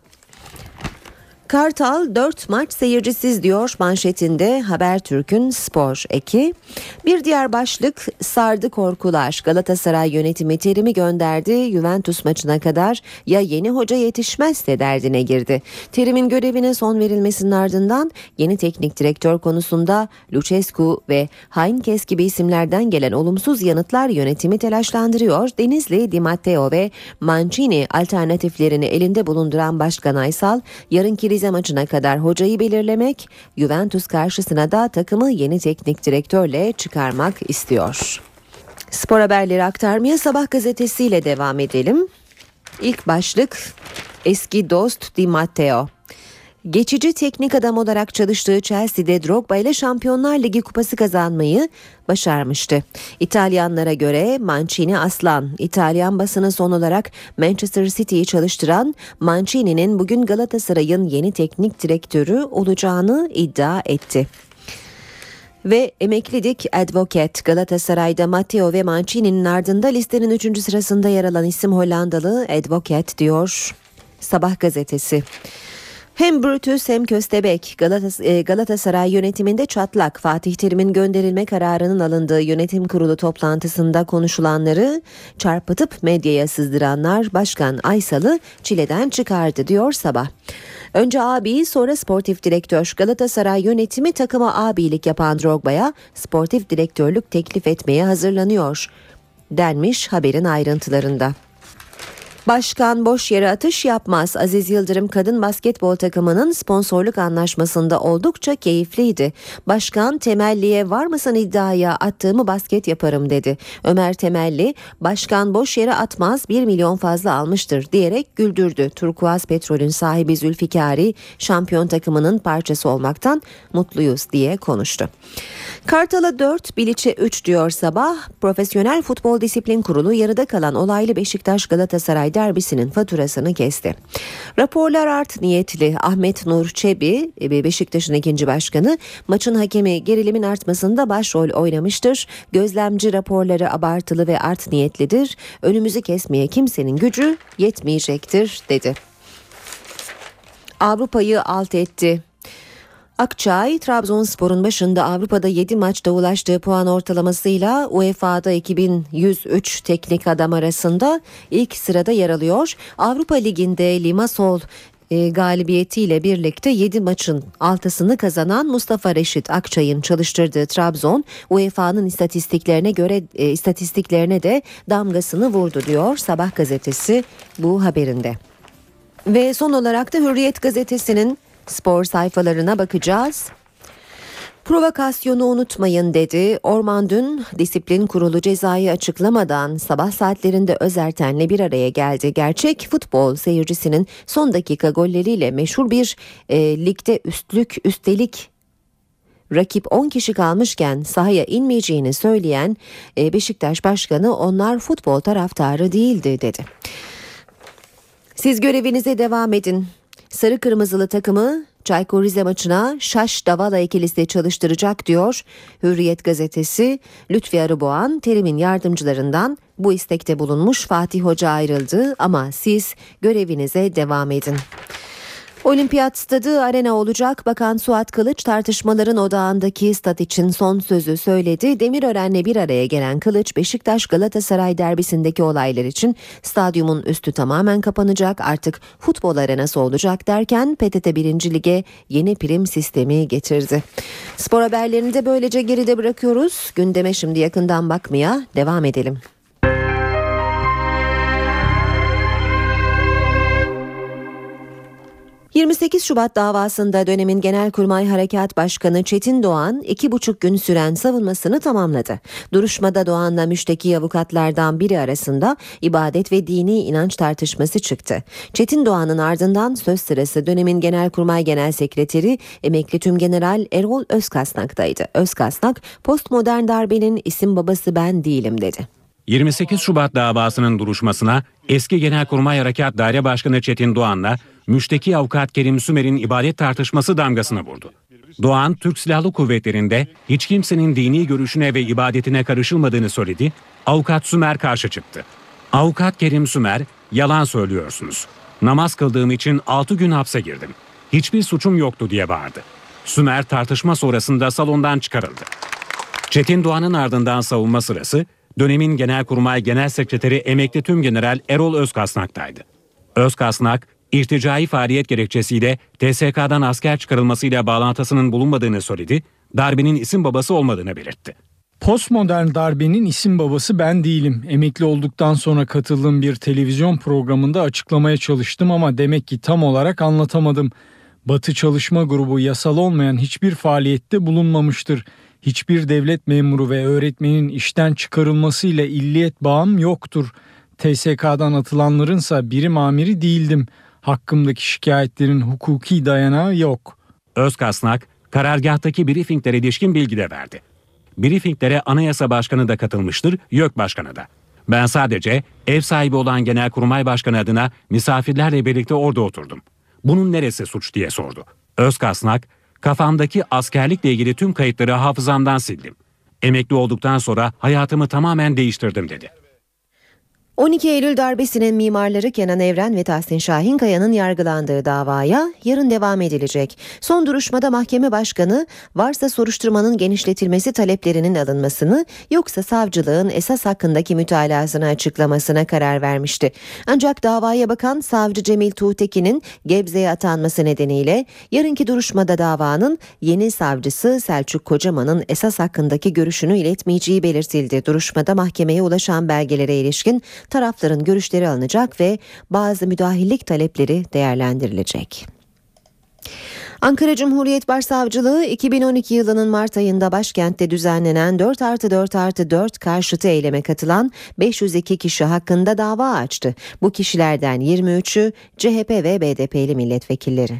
Kartal dört maç seyircisiz diyor manşetinde Habertürk'ün spor eki. Bir diğer başlık sardı korkular. Galatasaray yönetimi Terim'i gönderdi. Juventus maçına kadar ya yeni hoca yetişmezse derdine girdi. Terim'in görevine son verilmesinin ardından yeni teknik direktör konusunda Lucescu ve Heinkes gibi isimlerden gelen olumsuz yanıtlar yönetimi telaşlandırıyor. Denizli, Di Matteo ve Mancini alternatiflerini elinde bulunduran Başkan Aysal yarınki Rize maçına kadar hocayı belirlemek, Juventus karşısına da takımı yeni teknik direktörle çıkarmak istiyor. Spor haberleri aktarmaya Sabah gazetesiyle devam edelim. İlk başlık eski dost Di Matteo. Geçici teknik adam olarak çalıştığı Chelsea'de Drogba ile Şampiyonlar Ligi kupası kazanmayı başarmıştı. İtalyanlara göre Mancini aslan. İtalyan basını son olarak Manchester City'yi çalıştıran Mancini'nin bugün Galatasaray'ın yeni teknik direktörü olacağını iddia etti. Ve emeklidik Advocaat Galatasaray'da Matteo ve Mancini'nin ardında listenin üçüncü sırasında yer alan isim Hollandalı Advocaat diyor Sabah gazetesi. Hem Brutus hem Köstebek. Galatas- Galatasaray yönetiminde çatlak. Fatih Terim'in gönderilme kararının alındığı yönetim kurulu toplantısında konuşulanları çarpıtıp medyaya sızdıranlar Başkan Aysal'ı çileden çıkardı diyor Sabah. Önce abi, sonra sportif direktör. Galatasaray yönetimi takıma abilik yapan Drogba'ya sportif direktörlük teklif etmeye hazırlanıyor denmiş haberin ayrıntılarında. Başkan boş yere atış yapmaz. Aziz Yıldırım kadın basketbol takımının sponsorluk anlaşmasında oldukça keyifliydi. Başkan temelliye var mısın iddiaya, attığımı basket yaparım dedi. Ömer Temelli, başkan boş yere atmaz, bir milyon fazla almıştır diyerek güldürdü. Turkuaz Petrol'ün sahibi Zülfikari, şampiyon takımının parçası olmaktan mutluyuz diye konuştu. Kartal'a dört, Bilic'e üç diyor Sabah. Profesyonel Futbol Disiplin Kurulu yarıda kalan olaylı Beşiktaş Galatasaray derbisinin faturasını kesti. Raporlar art niyetli. Ahmet Nur Çebi, Beşiktaş'ın ikinci başkanı, maçın hakemi gerilimin artmasında başrol oynamıştır. Gözlemci raporları abartılı ve art niyetlidir. Önümüzü kesmeye kimsenin gücü yetmeyecektir dedi. Avrupa'yı alt etti. Akçay, Trabzonspor'un başında Avrupa'da yedi maçta ulaştığı puan ortalamasıyla U E F A'da iki bin yüz üç teknik adam arasında ilk sırada yer alıyor. Avrupa Ligi'nde Limassol e, galibiyetiyle birlikte yedi maçın altısını kazanan Mustafa Reşit Akçay'ın çalıştırdığı Trabzon, U E F A'nın istatistiklerine göre e, istatistiklerine de damgasını vurdu diyor Sabah gazetesi bu haberinde. Ve son olarak da Hürriyet gazetesinin spor sayfalarına bakacağız. Provokasyonu unutmayın dedi. Orman dün disiplin kurulu cezayı açıklamadan sabah saatlerinde Özerten'le bir araya geldi. Gerçek futbol seyircisinin son dakika golleriyle meşhur bir e, ligde üstlük üstelik rakip on kişi kalmışken sahaya inmeyeceğini söyleyen e, Beşiktaş Başkanı onlar futbol taraftarı değildi dedi. Siz görevinize devam edin. Sarı kırmızılı takımı Çaykur Rize maçına Şaş Davala ikilisi çalıştıracak diyor Hürriyet gazetesi. Lütfi Arıboğan Terim'in yardımcılarından bu istekte bulunmuş. Fatih Hoca ayrıldı ama siz görevinize devam edin. Olimpiyat stadı arena olacak. Bakan Suat Kılıç tartışmaların odağındaki stat için son sözü söyledi. Demirören'le bir araya gelen Kılıç, Beşiktaş Galatasaray derbisindeki olaylar için stadyumun üstü tamamen kapanacak, artık futbol arenası olacak derken P T T birinci Lig'e yeni prim sistemi getirdi. Spor haberlerini de böylece geride bırakıyoruz. Gündeme şimdi yakından bakmaya devam edelim. yirmi sekiz Şubat davasında dönemin Genelkurmay Harekat Başkanı Çetin Doğan iki buçuk gün süren savunmasını tamamladı. Duruşmada Doğan'la müşteki avukatlardan biri arasında ibadet ve dini inanç tartışması çıktı. Çetin Doğan'ın ardından söz sırası dönemin Genelkurmay Genel Sekreteri Emekli Tümgeneral Erol Özkasnak'taydı. Özkasnak, postmodern darbenin isim babası ben değilim dedi. yirmi sekiz Şubat davasının duruşmasına eski Genelkurmay Harekat Daire Başkanı Çetin Doğan'la müşteki avukat Kerim Sümer'in ibadet tartışması damgasını vurdu. Doğan, Türk Silahlı Kuvvetleri'nde hiç kimsenin dini görüşüne ve ibadetine karışılmadığını söyledi. Avukat Sümer karşı çıktı. Avukat Kerim Sümer, yalan söylüyorsunuz. Namaz kıldığım için altı gün hapse girdim. Hiçbir suçum yoktu diye bağırdı. Sümer tartışma sonrasında salondan çıkarıldı. Çetin Doğan'ın ardından savunma sırası dönemin Genelkurmay Genel Sekreteri Emekli Tümgeneral Erol Özkasnak'taydı. Özkasnak, irticai faaliyet gerekçesiyle T S K'dan asker çıkarılmasıyla bağlantısının bulunmadığını söyledi, darbenin isim babası olmadığını belirtti. Postmodern darbenin isim babası ben değilim. Emekli olduktan sonra katıldığım bir televizyon programında açıklamaya çalıştım ama demek ki tam olarak anlatamadım. Batı Çalışma Grubu yasal olmayan hiçbir faaliyette bulunmamıştır. Hiçbir devlet memuru ve öğretmenin işten çıkarılmasıyla illiyet bağım yoktur. T S K'dan atılanlarınsa birim amiri değildim. Hakkımdaki şikayetlerin hukuki dayanağı yok. Özkasnak, karargahtaki briefinglere ilişkin bilgi de verdi. Briefinglere Anayasa Başkanı da katılmıştır, YÖK Başkanı da. Ben sadece ev sahibi olan Genelkurmay Başkanı adına misafirlerle birlikte orada oturdum. Bunun neresi suç diye sordu. Özkasnak, kafamdaki askerlikle ilgili tüm kayıtları hafızamdan sildim. Emekli olduktan sonra hayatımı tamamen değiştirdim dedi. on iki Eylül darbesinin mimarları Kenan Evren ve Tahsin Şahinkaya'nın yargılandığı davaya yarın devam edilecek. Son duruşmada mahkeme başkanı varsa soruşturmanın genişletilmesi taleplerinin alınmasını yoksa savcılığın esas hakkındaki mütalasını açıklamasına karar vermişti. Ancak davaya bakan savcı Cemil Tuğtekin'in Gebze'ye atanması nedeniyle yarınki duruşmada davanın yeni savcısı Selçuk Kocaman'ın esas hakkındaki görüşünü iletmeyeceği belirtildi. Duruşmada mahkemeye ulaşan belgelere ilişkin tarafların görüşleri alınacak ve bazı müdahillik talepleri değerlendirilecek. Ankara Cumhuriyet Başsavcılığı iki bin on iki yılının Mart ayında başkentte düzenlenen dört artı dört artı dört karşıtı eyleme katılan beş yüz iki kişi hakkında dava açtı. Bu kişilerden yirmi üçü C H P ve B D P'li milletvekilleri.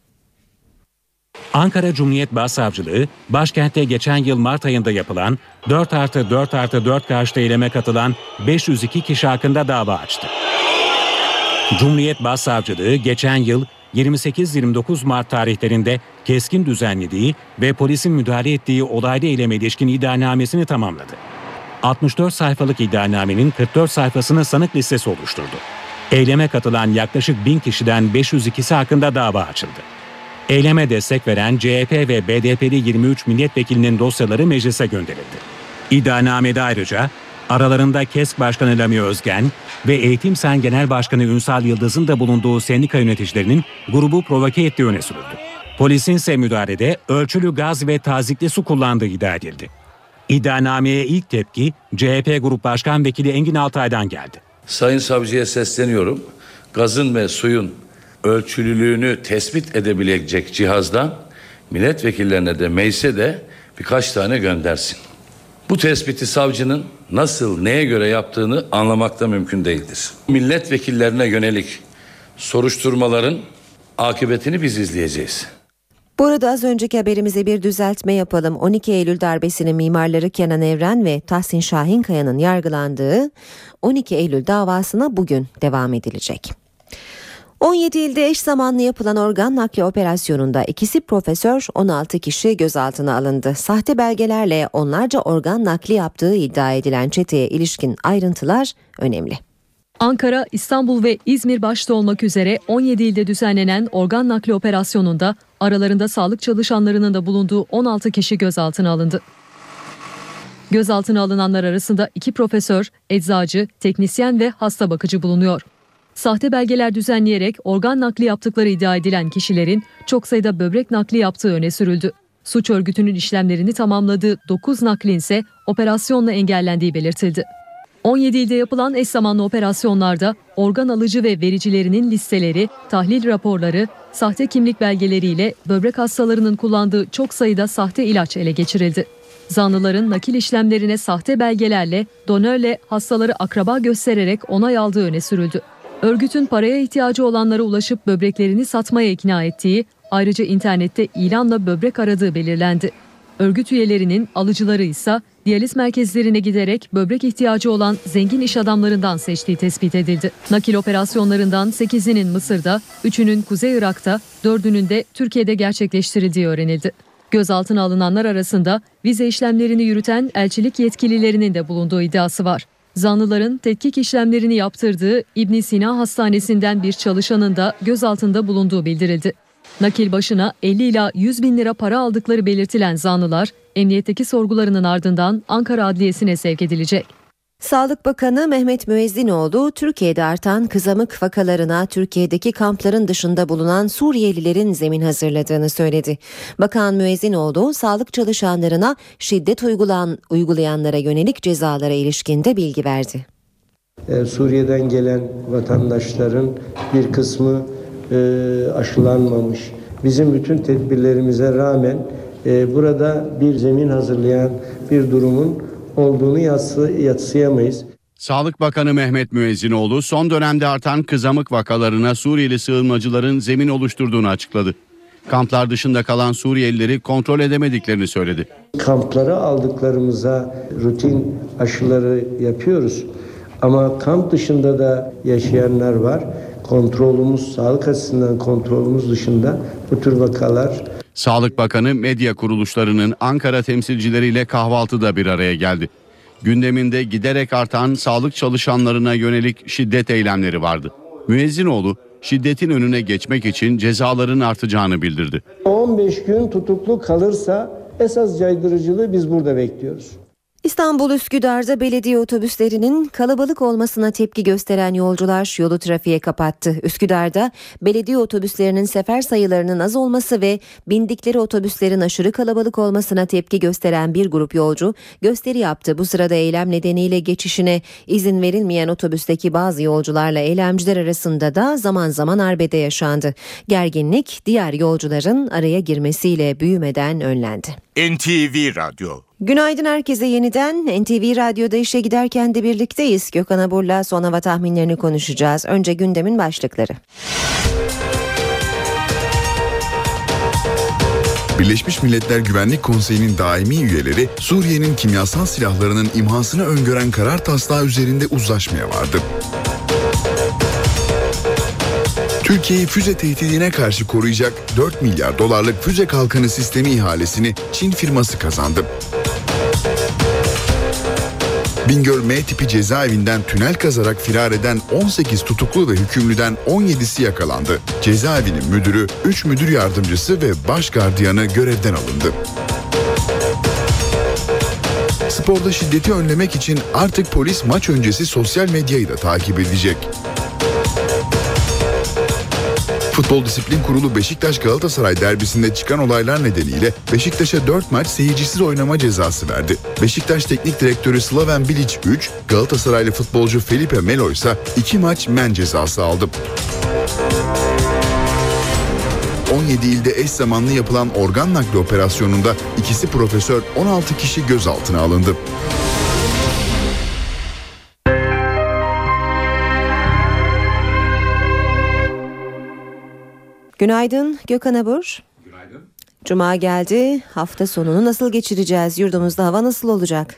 Ankara Cumhuriyet Başsavcılığı, başkentte geçen yıl Mart ayında yapılan dört artı dört artı dört karşıtı eyleme katılan beş yüz iki kişi hakkında dava açtı. Cumhuriyet Başsavcılığı geçen yıl yirmi sekiz yirmi dokuz Mart tarihlerinde keskin düzenlediği ve polisin müdahale ettiği olaylı eyleme ilişkin iddianamesini tamamladı. altmış dört sayfalık iddianamenin kırk dört sayfasını sanık listesi oluşturdu. Eyleme katılan yaklaşık bin kişiden beş yüz ikisi hakkında dava açıldı. Eyleme destek veren C H P ve B D P'li yirmi üç milletvekilinin dosyaları meclise gönderildi. İddianamede ayrıca aralarında KESK Başkanı Lami Özgen ve Eğitim Sen Genel Başkanı Ünsal Yıldız'ın da bulunduğu sendika yöneticilerinin grubu provoke ettiği öne sürüldü. Polisin ise müdahalede ölçülü gaz ve tazikli su kullandığı iddia edildi. İddianameye ilk tepki C H P Grup Başkan Vekili Engin Altay'dan geldi. Sayın Savcıya sesleniyorum. Gazın ve suyun ölçülülüğünü tespit edebilecek cihazdan milletvekillerine de meclise de birkaç tane göndersin. Bu tespiti savcının nasıl, neye göre yaptığını anlamakta mümkün değildir. Milletvekillerine yönelik soruşturmaların akıbetini biz izleyeceğiz. Bu arada az önceki haberimize bir düzeltme yapalım. on iki Eylül darbesinin mimarları Kenan Evren ve Tahsin Şahinkaya'nın yargılandığı on iki Eylül davasına bugün devam edilecek. on yedi ilde eş zamanlı yapılan organ nakli operasyonunda ikisi profesör, on altı kişi gözaltına alındı. Sahte belgelerle onlarca organ nakli yaptığı iddia edilen çeteye ilişkin ayrıntılar önemli. Ankara, İstanbul ve İzmir başta olmak üzere on yedi ilde düzenlenen organ nakli operasyonunda aralarında sağlık çalışanlarının da bulunduğu on altı kişi gözaltına alındı. Gözaltına alınanlar arasında iki profesör, eczacı, teknisyen ve hasta bakıcı bulunuyor. Sahte belgeler düzenleyerek organ nakli yaptıkları iddia edilen kişilerin çok sayıda böbrek nakli yaptığı öne sürüldü. Suç örgütünün işlemlerini tamamladığı dokuz naklin ise operasyonla engellendiği belirtildi. on yedi ilde yapılan eş zamanlı operasyonlarda organ alıcı ve vericilerinin listeleri, tahlil raporları, sahte kimlik belgeleriyle böbrek hastalarının kullandığı çok sayıda sahte ilaç ele geçirildi. Zanlıların nakil işlemlerine sahte belgelerle, donörle hastaları akraba göstererek onay aldığı öne sürüldü. Örgütün paraya ihtiyacı olanlara ulaşıp böbreklerini satmaya ikna ettiği, ayrıca internette ilanla böbrek aradığı belirlendi. Örgüt üyelerinin alıcıları ise diyaliz merkezlerine giderek böbrek ihtiyacı olan zengin iş adamlarından seçtiği tespit edildi. Nakil operasyonlarından sekizinin Mısır'da, üçünün Kuzey Irak'ta, dördünün de Türkiye'de gerçekleştirildiği öğrenildi. Gözaltına alınanlar arasında vize işlemlerini yürüten elçilik yetkililerinin de bulunduğu iddiası var. Zanlıların tetkik işlemlerini yaptırdığı İbn Sina Hastanesi'nden bir çalışanın da gözaltında bulunduğu bildirildi. Nakil başına elli ila yüz bin lira para aldıkları belirtilen zanlılar, emniyetteki sorgularının ardından Ankara Adliyesi'ne sevk edilecek. Sağlık Bakanı Mehmet Müezzinoğlu, Türkiye'de artan kızamık vakalarına Türkiye'deki kampların dışında bulunan Suriyelilerin zemin hazırladığını söyledi. Bakan Müezzinoğlu, sağlık çalışanlarına şiddet uygulan, uygulayanlara yönelik cezalara ilişkin de bilgi verdi. Ee, Suriye'den gelen vatandaşların bir kısmı e, aşılanmamış. Bizim bütün tedbirlerimize rağmen e, burada bir zemin hazırlayan bir durumun olduğunu yatsı, yatsıyamayız. Sağlık Bakanı Mehmet Müezzinoğlu son dönemde artan kızamık vakalarına Suriyeli sığınmacıların zemin oluşturduğunu açıkladı. Kamplar dışında kalan Suriyelileri kontrol edemediklerini söyledi. Kamplara aldıklarımıza rutin aşıları yapıyoruz. Ama kamp dışında da yaşayanlar var. Kontrolümüz, sağlık açısından kontrolümüz dışında bu tür vakalar. Sağlık Bakanı medya kuruluşlarının Ankara temsilcileriyle kahvaltıda bir araya geldi. Gündeminde giderek artan sağlık çalışanlarına yönelik şiddet eylemleri vardı. Müezzinoğlu şiddetin önüne geçmek için cezaların artacağını bildirdi. on beş gün tutuklu kalırsa esas caydırıcılığı biz burada bekliyoruz. İstanbul Üsküdar'da belediye otobüslerinin kalabalık olmasına tepki gösteren yolcular yolu trafiğe kapattı. Üsküdar'da belediye otobüslerinin sefer sayılarının az olması ve bindikleri otobüslerin aşırı kalabalık olmasına tepki gösteren bir grup yolcu gösteri yaptı. Bu sırada eylem nedeniyle geçişine izin verilmeyen otobüsteki bazı yolcularla eylemciler arasında da zaman zaman arbede yaşandı. Gerginlik diğer yolcuların araya girmesiyle büyümeden önlendi. N T V Radyo. Günaydın herkese yeniden. N T V Radyo'da işe giderken de birlikteyiz. Gökhan Abur'la son hava tahminlerini konuşacağız. Önce gündemin başlıkları. Birleşmiş Milletler Güvenlik Konseyi'nin daimi üyeleri Suriye'nin kimyasal silahlarının imhasını öngören karar taslağı üzerinde uzlaşmaya vardı. Türkiye'yi füze tehdidine karşı koruyacak dört milyar dolarlık füze kalkanı sistemi ihalesini Çin firması kazandı. Bingöl M tipi cezaevinden tünel kazarak firar eden on sekiz tutuklu ve hükümlüden on yedisi yakalandı. Cezaevinin müdürü, üç müdür yardımcısı ve baş gardiyanı görevden alındı. Sporda şiddeti önlemek için artık polis maç öncesi sosyal medyayı da takip edecek. Futbol Disiplin Kurulu Beşiktaş Galatasaray derbisinde çıkan olaylar nedeniyle Beşiktaş'a dört maç seyircisiz oynama cezası verdi. Beşiktaş Teknik Direktörü Slaven Bilic üç, Galatasaraylı futbolcu Felipe Melo ise iki maç men cezası aldı. on yedi ilde eş zamanlı yapılan organ nakli operasyonunda ikisi profesör, on altı kişi gözaltına alındı. Günaydın Gökhan Abur. Günaydın. Cuma geldi. Hafta sonunu nasıl geçireceğiz? Yurdumuzda hava nasıl olacak?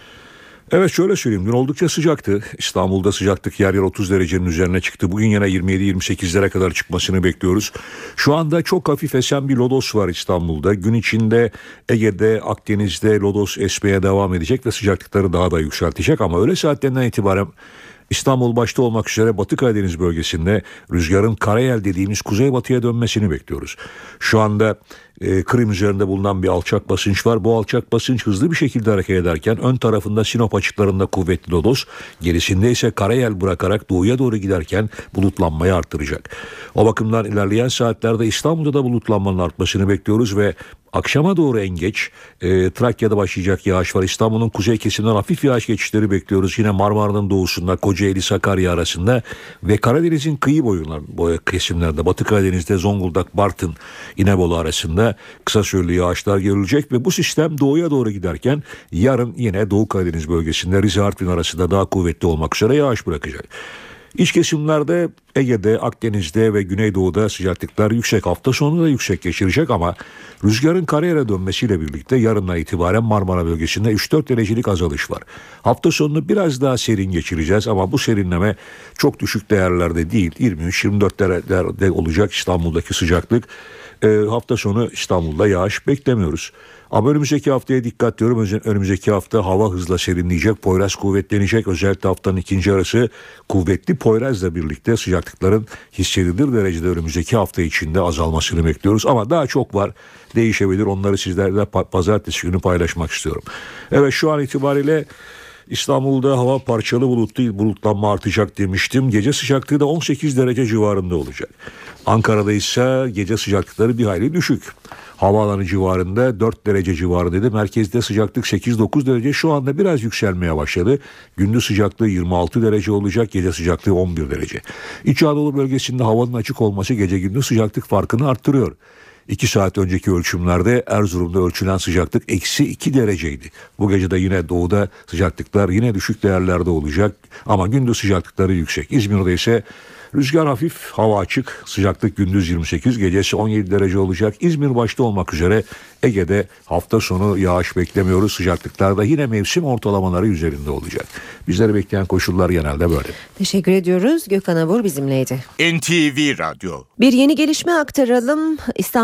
Evet, şöyle söyleyeyim. Dün oldukça sıcaktı. İstanbul'da sıcaklık yer yer otuz derecenin üzerine çıktı. Bugün yine yirmi yedi yirmi sekizlere kadar çıkmasını bekliyoruz. Şu anda çok hafif esen bir lodos var İstanbul'da. Gün içinde Ege'de, Akdeniz'de lodos esmeye devam edecek ve sıcaklıkları daha da yükseltecek. Ama öğle saatlerinden itibaren İstanbul başta olmak üzere Batı Karadeniz bölgesinde rüzgarın karayel dediğimiz kuzeybatıya dönmesini bekliyoruz. Şu anda e, Kırım üzerinde bulunan bir alçak basınç var. Bu alçak basınç hızlı bir şekilde hareket ederken ön tarafında Sinop açıklarında kuvvetli lodos, gerisinde ise karayel bırakarak doğuya doğru giderken bulutlanmayı arttıracak. O bakımdan ilerleyen saatlerde İstanbul'da da bulutlanmanın artmasını bekliyoruz ve akşama doğru en geç e, Trakya'da başlayacak yağış var. İstanbul'un kuzey kesimden hafif yağış geçişleri bekliyoruz. Yine Marmara'nın doğusunda, Kocaeli, Sakarya arasında ve Karadeniz'in kıyı boyunlar, boy kesimlerde, Batı Karadeniz'de Zonguldak, Bartın, İnebolu arasında kısa süreli yağışlar görülecek ve bu sistem doğuya doğru giderken yarın yine Doğu Karadeniz bölgesinde Rize Artvin arasında daha kuvvetli olmak üzere yağış bırakacak. İç kesimlerde Ege'de, Akdeniz'de ve Güneydoğu'da sıcaklıklar yüksek. Hafta sonu da yüksek geçirecek ama rüzgarın karayele dönmesiyle birlikte yarından itibaren Marmara bölgesinde üç dört derecelik azalış var. Hafta sonunu biraz daha serin geçireceğiz ama bu serinleme çok düşük değerlerde değil. yirmi üç yirmi dört derecede olacak İstanbul'daki sıcaklık. E, hafta sonu İstanbul'da yağış beklemiyoruz. Ama önümüzdeki haftaya dikkat diyorum. Önümüzdeki hafta hava hızla serinleyecek, Poyraz kuvvetlenecek. Özellikle haftanın ikinci yarısı kuvvetli Poyraz'la birlikte sıcaklıkların hissedilir derecede önümüzdeki hafta içinde azalmasını bekliyoruz. Ama daha çok var, değişebilir. Onları sizlerle pazartesi günü paylaşmak istiyorum. Evet, şu an itibariyle İstanbul'da hava parçalı bulutlu, bulutlanma artacak demiştim. Gece sıcaklığı da on sekiz derece civarında olacak. Ankara'da ise gece sıcaklıkları bir hayli düşük. Havaalanı civarında dört derece civarındaydı. Merkezde sıcaklık sekiz dokuz derece, şu anda biraz yükselmeye başladı. Gündüz sıcaklığı yirmi altı derece olacak, gece sıcaklığı on bir derece. İç Anadolu bölgesinde havanın açık olması gece gündüz sıcaklık farkını arttırıyor. iki saat önceki ölçümlerde Erzurum'da ölçülen sıcaklık eksi iki dereceydi. Bu gece de yine doğuda sıcaklıklar yine düşük değerlerde olacak ama gündüz sıcaklıkları yüksek. İzmir'de ise rüzgar hafif, hava açık, sıcaklık gündüz yirmi sekiz, gecesi on yedi derece olacak. İzmir başta olmak üzere Ege'de hafta sonu yağış beklemiyoruz. Sıcaklıklar da yine mevsim ortalamaları üzerinde olacak. Bizleri bekleyen koşullar genelde böyle. Teşekkür ediyoruz. Gökhan Abur bizimleydi. N T V Radyo. Bir yeni gelişme aktaralım. İstanbul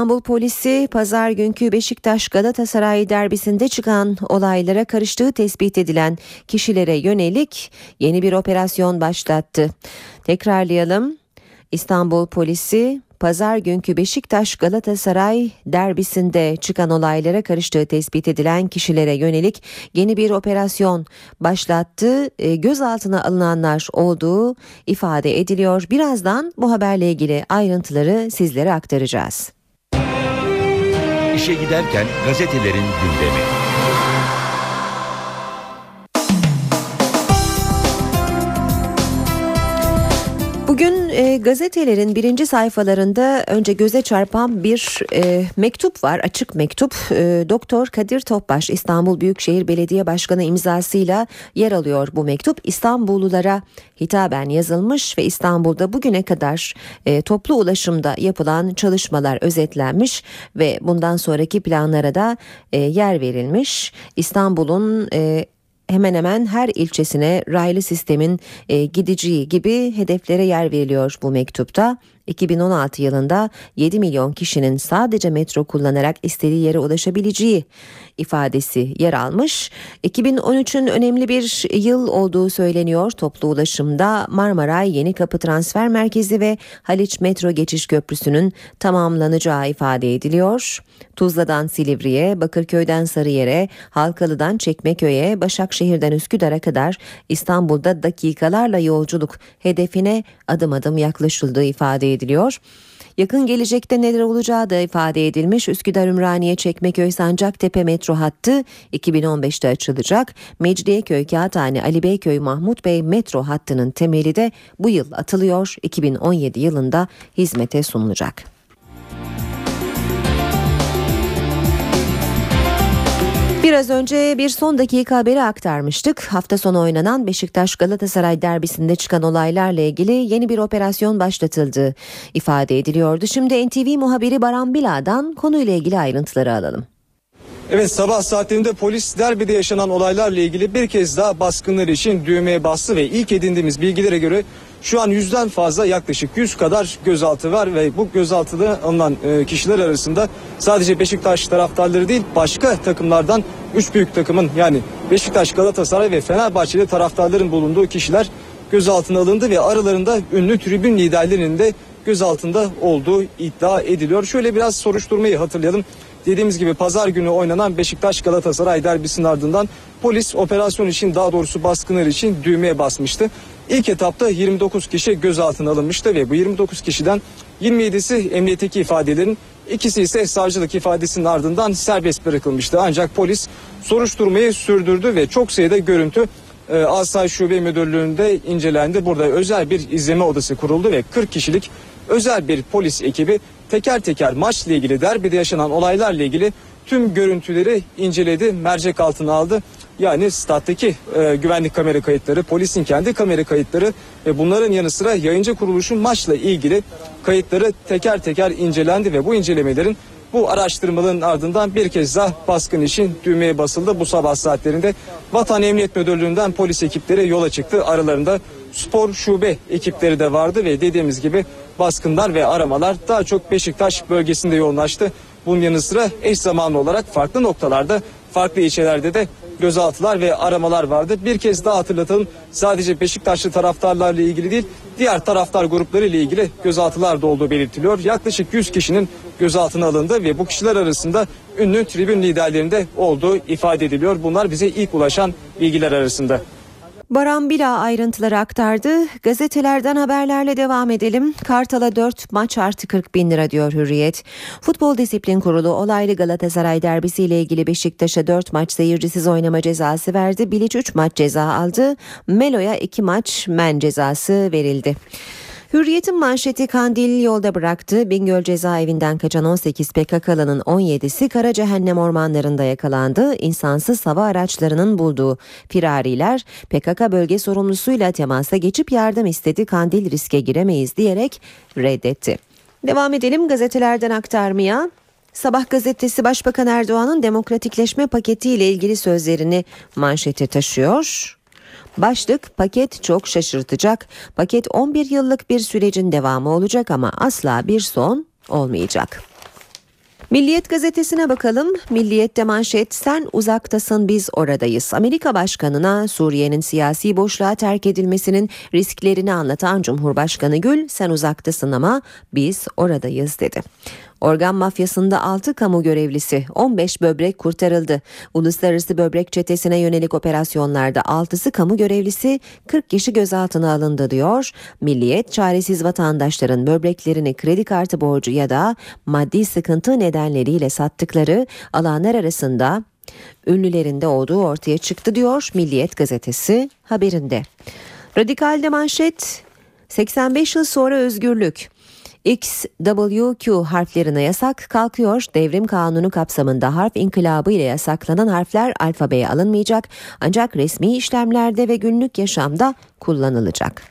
İstanbul polisi pazar günkü Beşiktaş Galatasaray derbisinde çıkan olaylara karıştığı tespit edilen kişilere yönelik yeni bir operasyon başlattı. Tekrarlayalım. İstanbul polisi pazar günkü Beşiktaş Galatasaray derbisinde çıkan olaylara karıştığı tespit edilen kişilere yönelik yeni bir operasyon başlattı. E, gözaltına alınanlar olduğu ifade ediliyor. Birazdan bu haberle ilgili ayrıntıları sizlere aktaracağız. İşe giderken gazetelerin gündemi. Bugün e, gazetelerin birinci sayfalarında önce göze çarpan bir e, mektup var, açık mektup. E, Doktor Kadir Topbaş İstanbul Büyükşehir Belediye Başkanı imzasıyla yer alıyor bu mektup. İstanbullulara hitaben yazılmış ve İstanbul'da bugüne kadar e, toplu ulaşımda yapılan çalışmalar özetlenmiş ve bundan sonraki planlara da e, yer verilmiş. İstanbul'un e, hemen hemen her ilçesine raylı sistemin e, gideceği gibi hedeflere yer veriliyor bu mektupta. iki bin on altı yılında yedi milyon kişinin sadece metro kullanarak istediği yere ulaşabileceği ifadesi yer almış. iki bin on üçün önemli bir yıl olduğu söyleniyor. Toplu ulaşımda Marmaray Yenikapı Transfer Merkezi ve Haliç Metro Geçiş Köprüsü'nün tamamlanacağı ifade ediliyor. Tuzla'dan Silivri'ye, Bakırköy'den Sarıyer'e, Halkalı'dan Çekmeköy'e, Başakşehir'den Üsküdar'a kadar İstanbul'da dakikalarla yolculuk hedefine adım adım yaklaşıldığı ifade ediliyor. Yakın gelecekte neler olacağı da ifade edilmiş. Üsküdar Ümraniye Çekmeköy Sancaktepe metro hattı iki bin on beşte açılacak. Mecidiyeköy Kağıthane Ali Beyköy Mahmut Bey metro hattının temeli de bu yıl atılıyor. iki bin on yedi yılında hizmete sunulacak. Biraz önce bir son dakika haberi aktarmıştık. Hafta sonu oynanan Beşiktaş Galatasaray derbisinde çıkan olaylarla ilgili yeni bir operasyon başlatıldığı ifade ediliyordu. Şimdi N T V muhabiri Baran Bila'dan konuyla ilgili ayrıntıları alalım. Evet, sabah saatlerinde polis derbide yaşanan olaylarla ilgili bir kez daha baskınlar için düğmeye bastı ve ilk edindiğimiz bilgilere göre şu an yüzden fazla, yaklaşık yüz kadar gözaltı var ve bu gözaltıda alınan kişiler arasında sadece Beşiktaş taraftarları değil, başka takımlardan üç büyük takımın, yani Beşiktaş, Galatasaray ve Fenerbahçeli taraftarların bulunduğu kişiler gözaltına alındı ve aralarında ünlü tribün liderlerinin de gözaltında olduğu iddia ediliyor. Şöyle biraz soruşturmayı hatırlayalım. Dediğimiz gibi pazar günü oynanan Beşiktaş Galatasaray derbisinin ardından polis operasyon için, daha doğrusu baskınlar için düğmeye basmıştı. İlk etapta yirmi dokuz kişi gözaltına alınmıştı ve bu yirmi dokuz kişiden yirmi yedisi emniyetteki ifadelerin, ikisi ise savcılık ifadesinin ardından serbest bırakılmıştı. Ancak polis soruşturmayı sürdürdü ve çok sayıda görüntü e, Asayiş Şube Müdürlüğü'nde incelendi. Burada özel bir izleme odası kuruldu ve kırk kişilik özel bir polis ekibi teker teker maçla ilgili, derbide yaşanan olaylarla ilgili tüm görüntüleri inceledi, mercek altına aldı. Yani stattaki e, güvenlik kamera kayıtları, polisin kendi kamera kayıtları ve bunların yanı sıra yayıncı kuruluşun maçla ilgili kayıtları teker teker incelendi ve bu incelemelerin, bu araştırmaların ardından bir kez daha baskın için düğmeye basıldı. Bu sabah saatlerinde Vatan Emniyet Müdürlüğü'nden polis ekipleri yola çıktı. Aralarında spor şube ekipleri de vardı ve dediğimiz gibi baskınlar ve aramalar daha çok Beşiktaş bölgesinde yoğunlaştı. Bunun yanı sıra eş zamanlı olarak farklı noktalarda, farklı ilçelerde de gözaltılar ve aramalar vardı. Bir kez daha hatırlatalım, sadece Beşiktaşlı taraftarlarla ilgili değil, diğer taraftar grupları ile ilgili gözaltılar da olduğu belirtiliyor. Yaklaşık yüz kişinin gözaltına alındı ve bu kişiler arasında ünlü tribün liderlerinde olduğu ifade ediliyor. Bunlar bize ilk ulaşan bilgiler arasında. Baran Bila ayrıntıları aktardı. Gazetelerden haberlerle devam edelim. Kartal'a dört maç artı kırk bin lira diyor Hürriyet. Futbol Disiplin Kurulu olaylı Galatasaray derbisiyle ilgili Beşiktaş'a dört maç seyircisiz oynama cezası verdi. Bilic üç maç ceza aldı. Melo'ya iki maç men cezası verildi. Hürriyet'in manşeti Kandil yolda bıraktı. Bingöl cezaevinden kaçan on sekiz P K K'lının on yedisi Kara Cehennem ormanlarında yakalandı. İnsansız hava araçlarının bulduğu firariler P K K bölge sorumlusuyla temasa geçip yardım istedi. Kandil riske giremeyiz diyerek reddetti. Devam edelim gazetelerden aktarmaya. Sabah gazetesi Başbakan Erdoğan'ın demokratikleşme paketiyle ilgili sözlerini manşete taşıyor. Başlık paket çok şaşırtacak. Paket on bir yıllık bir sürecin devamı olacak ama asla bir son olmayacak. Milliyet gazetesine bakalım. Milliyet'te manşet sen uzaktasın biz oradayız. Amerika Başkanı'na Suriye'nin siyasi boşluğa terk edilmesinin risklerini anlatan Cumhurbaşkanı Gül sen uzaktasın ama biz oradayız dedi. Organ mafyasında altı kamu görevlisi, on beş böbrek kurtarıldı. Uluslararası böbrek çetesine yönelik operasyonlarda altısı kamu görevlisi, kırk kişi gözaltına alındı diyor. Milliyet, çaresiz vatandaşların böbreklerini kredi kartı borcu ya da maddi sıkıntı nedenleriyle sattıkları alanlar arasında ünlülerin de olduğu ortaya çıktı diyor Milliyet gazetesi haberinde. Radikal'de manşet seksen beş yıl sonra özgürlük. X, W, Q harflerine yasak kalkıyor. Devrim kanunu kapsamında harf inkılabı ile yasaklanan harfler alfabeye alınmayacak ancak resmi işlemlerde ve günlük yaşamda kullanılacak.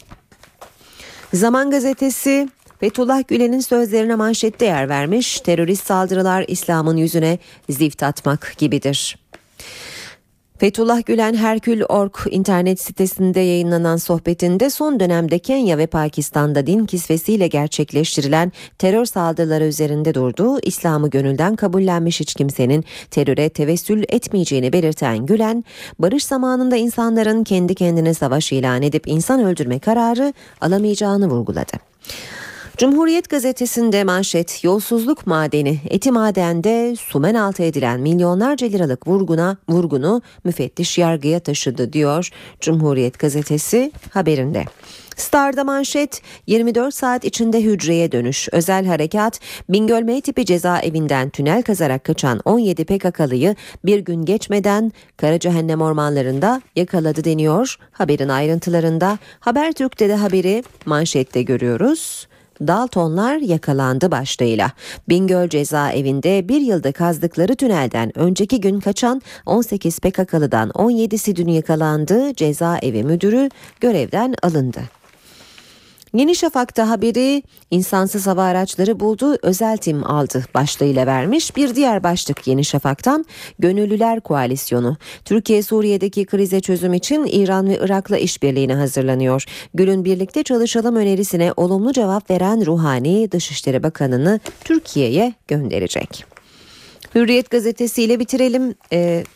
Zaman gazetesi Fethullah Gülen'in sözlerine manşette yer vermiş. Terörist saldırılar İslam'ın yüzüne zift atmak gibidir. Fethullah Gülen Herkül nokta org internet sitesinde yayınlanan sohbetinde son dönemde Kenya ve Pakistan'da din kisvesiyle gerçekleştirilen terör saldırıları üzerinde durdu. İslam'ı gönülden kabullenmiş hiç kimsenin teröre tevessül etmeyeceğini belirten Gülen, barış zamanında insanların kendi kendine savaş ilan edip insan öldürme kararı alamayacağını vurguladı. Cumhuriyet gazetesinde manşet yolsuzluk madeni Eti Maden'de sumen altı edilen milyonlarca liralık vurguna, vurgunu müfettiş yargıya taşıdı diyor Cumhuriyet gazetesi haberinde. Star'da manşet yirmi dört saat içinde hücreye dönüş. Özel harekat Bingöl M tipi cezaevinden tünel kazarak kaçan on yedi P K K'lıyı bir gün geçmeden Karacahennem ormanlarında yakaladı deniyor. Haberin ayrıntılarında Habertürk'te de haberi manşette görüyoruz. Daltonlar yakalandı başlığıyla. Bingöl cezaevinde bir yılda kazdıkları tünelden önceki gün kaçan on sekiz P K K'lıdan on yedisi dün yakalandı. Cezaevi müdürü görevden alındı. Yeni Şafak'ta haberi insansız hava araçları buldu, özel tim aldı başlığıyla vermiş. Bir diğer başlık Yeni Şafak'tan Gönüllüler Koalisyonu. Türkiye Suriye'deki krize çözüm için İran ve Irak'la işbirliğine hazırlanıyor. Gül'ün birlikte çalışalım önerisine olumlu cevap veren Ruhani Dışişleri Bakanı'nı Türkiye'ye gönderecek. Hürriyet gazetesiyle bitirelim. Ee,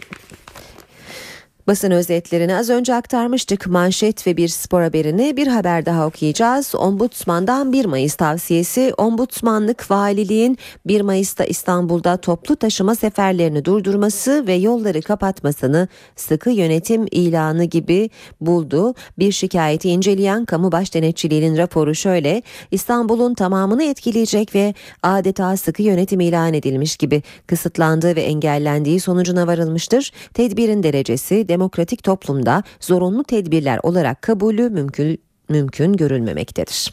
Basın özetlerini az önce aktarmıştık. Manşet ve bir spor haberini bir haber daha okuyacağız. Ombudsman'dan bir Mayıs tavsiyesi. Ombudsmanlık valiliğin bir Mayıs'ta İstanbul'da toplu taşıma seferlerini durdurması ve yolları kapatmasını sıkı yönetim ilanı gibi buldu. Bir şikayeti inceleyen kamu başdenetçiliğinin raporu şöyle: İstanbul'un tamamını etkileyecek ve adeta sıkı yönetim ilan edilmiş gibi kısıtlandığı ve engellendiği sonucuna varılmıştır. Tedbirin derecesi demokratik toplumda zorunlu tedbirler olarak kabulü mümkün mümkün görülmemektedir.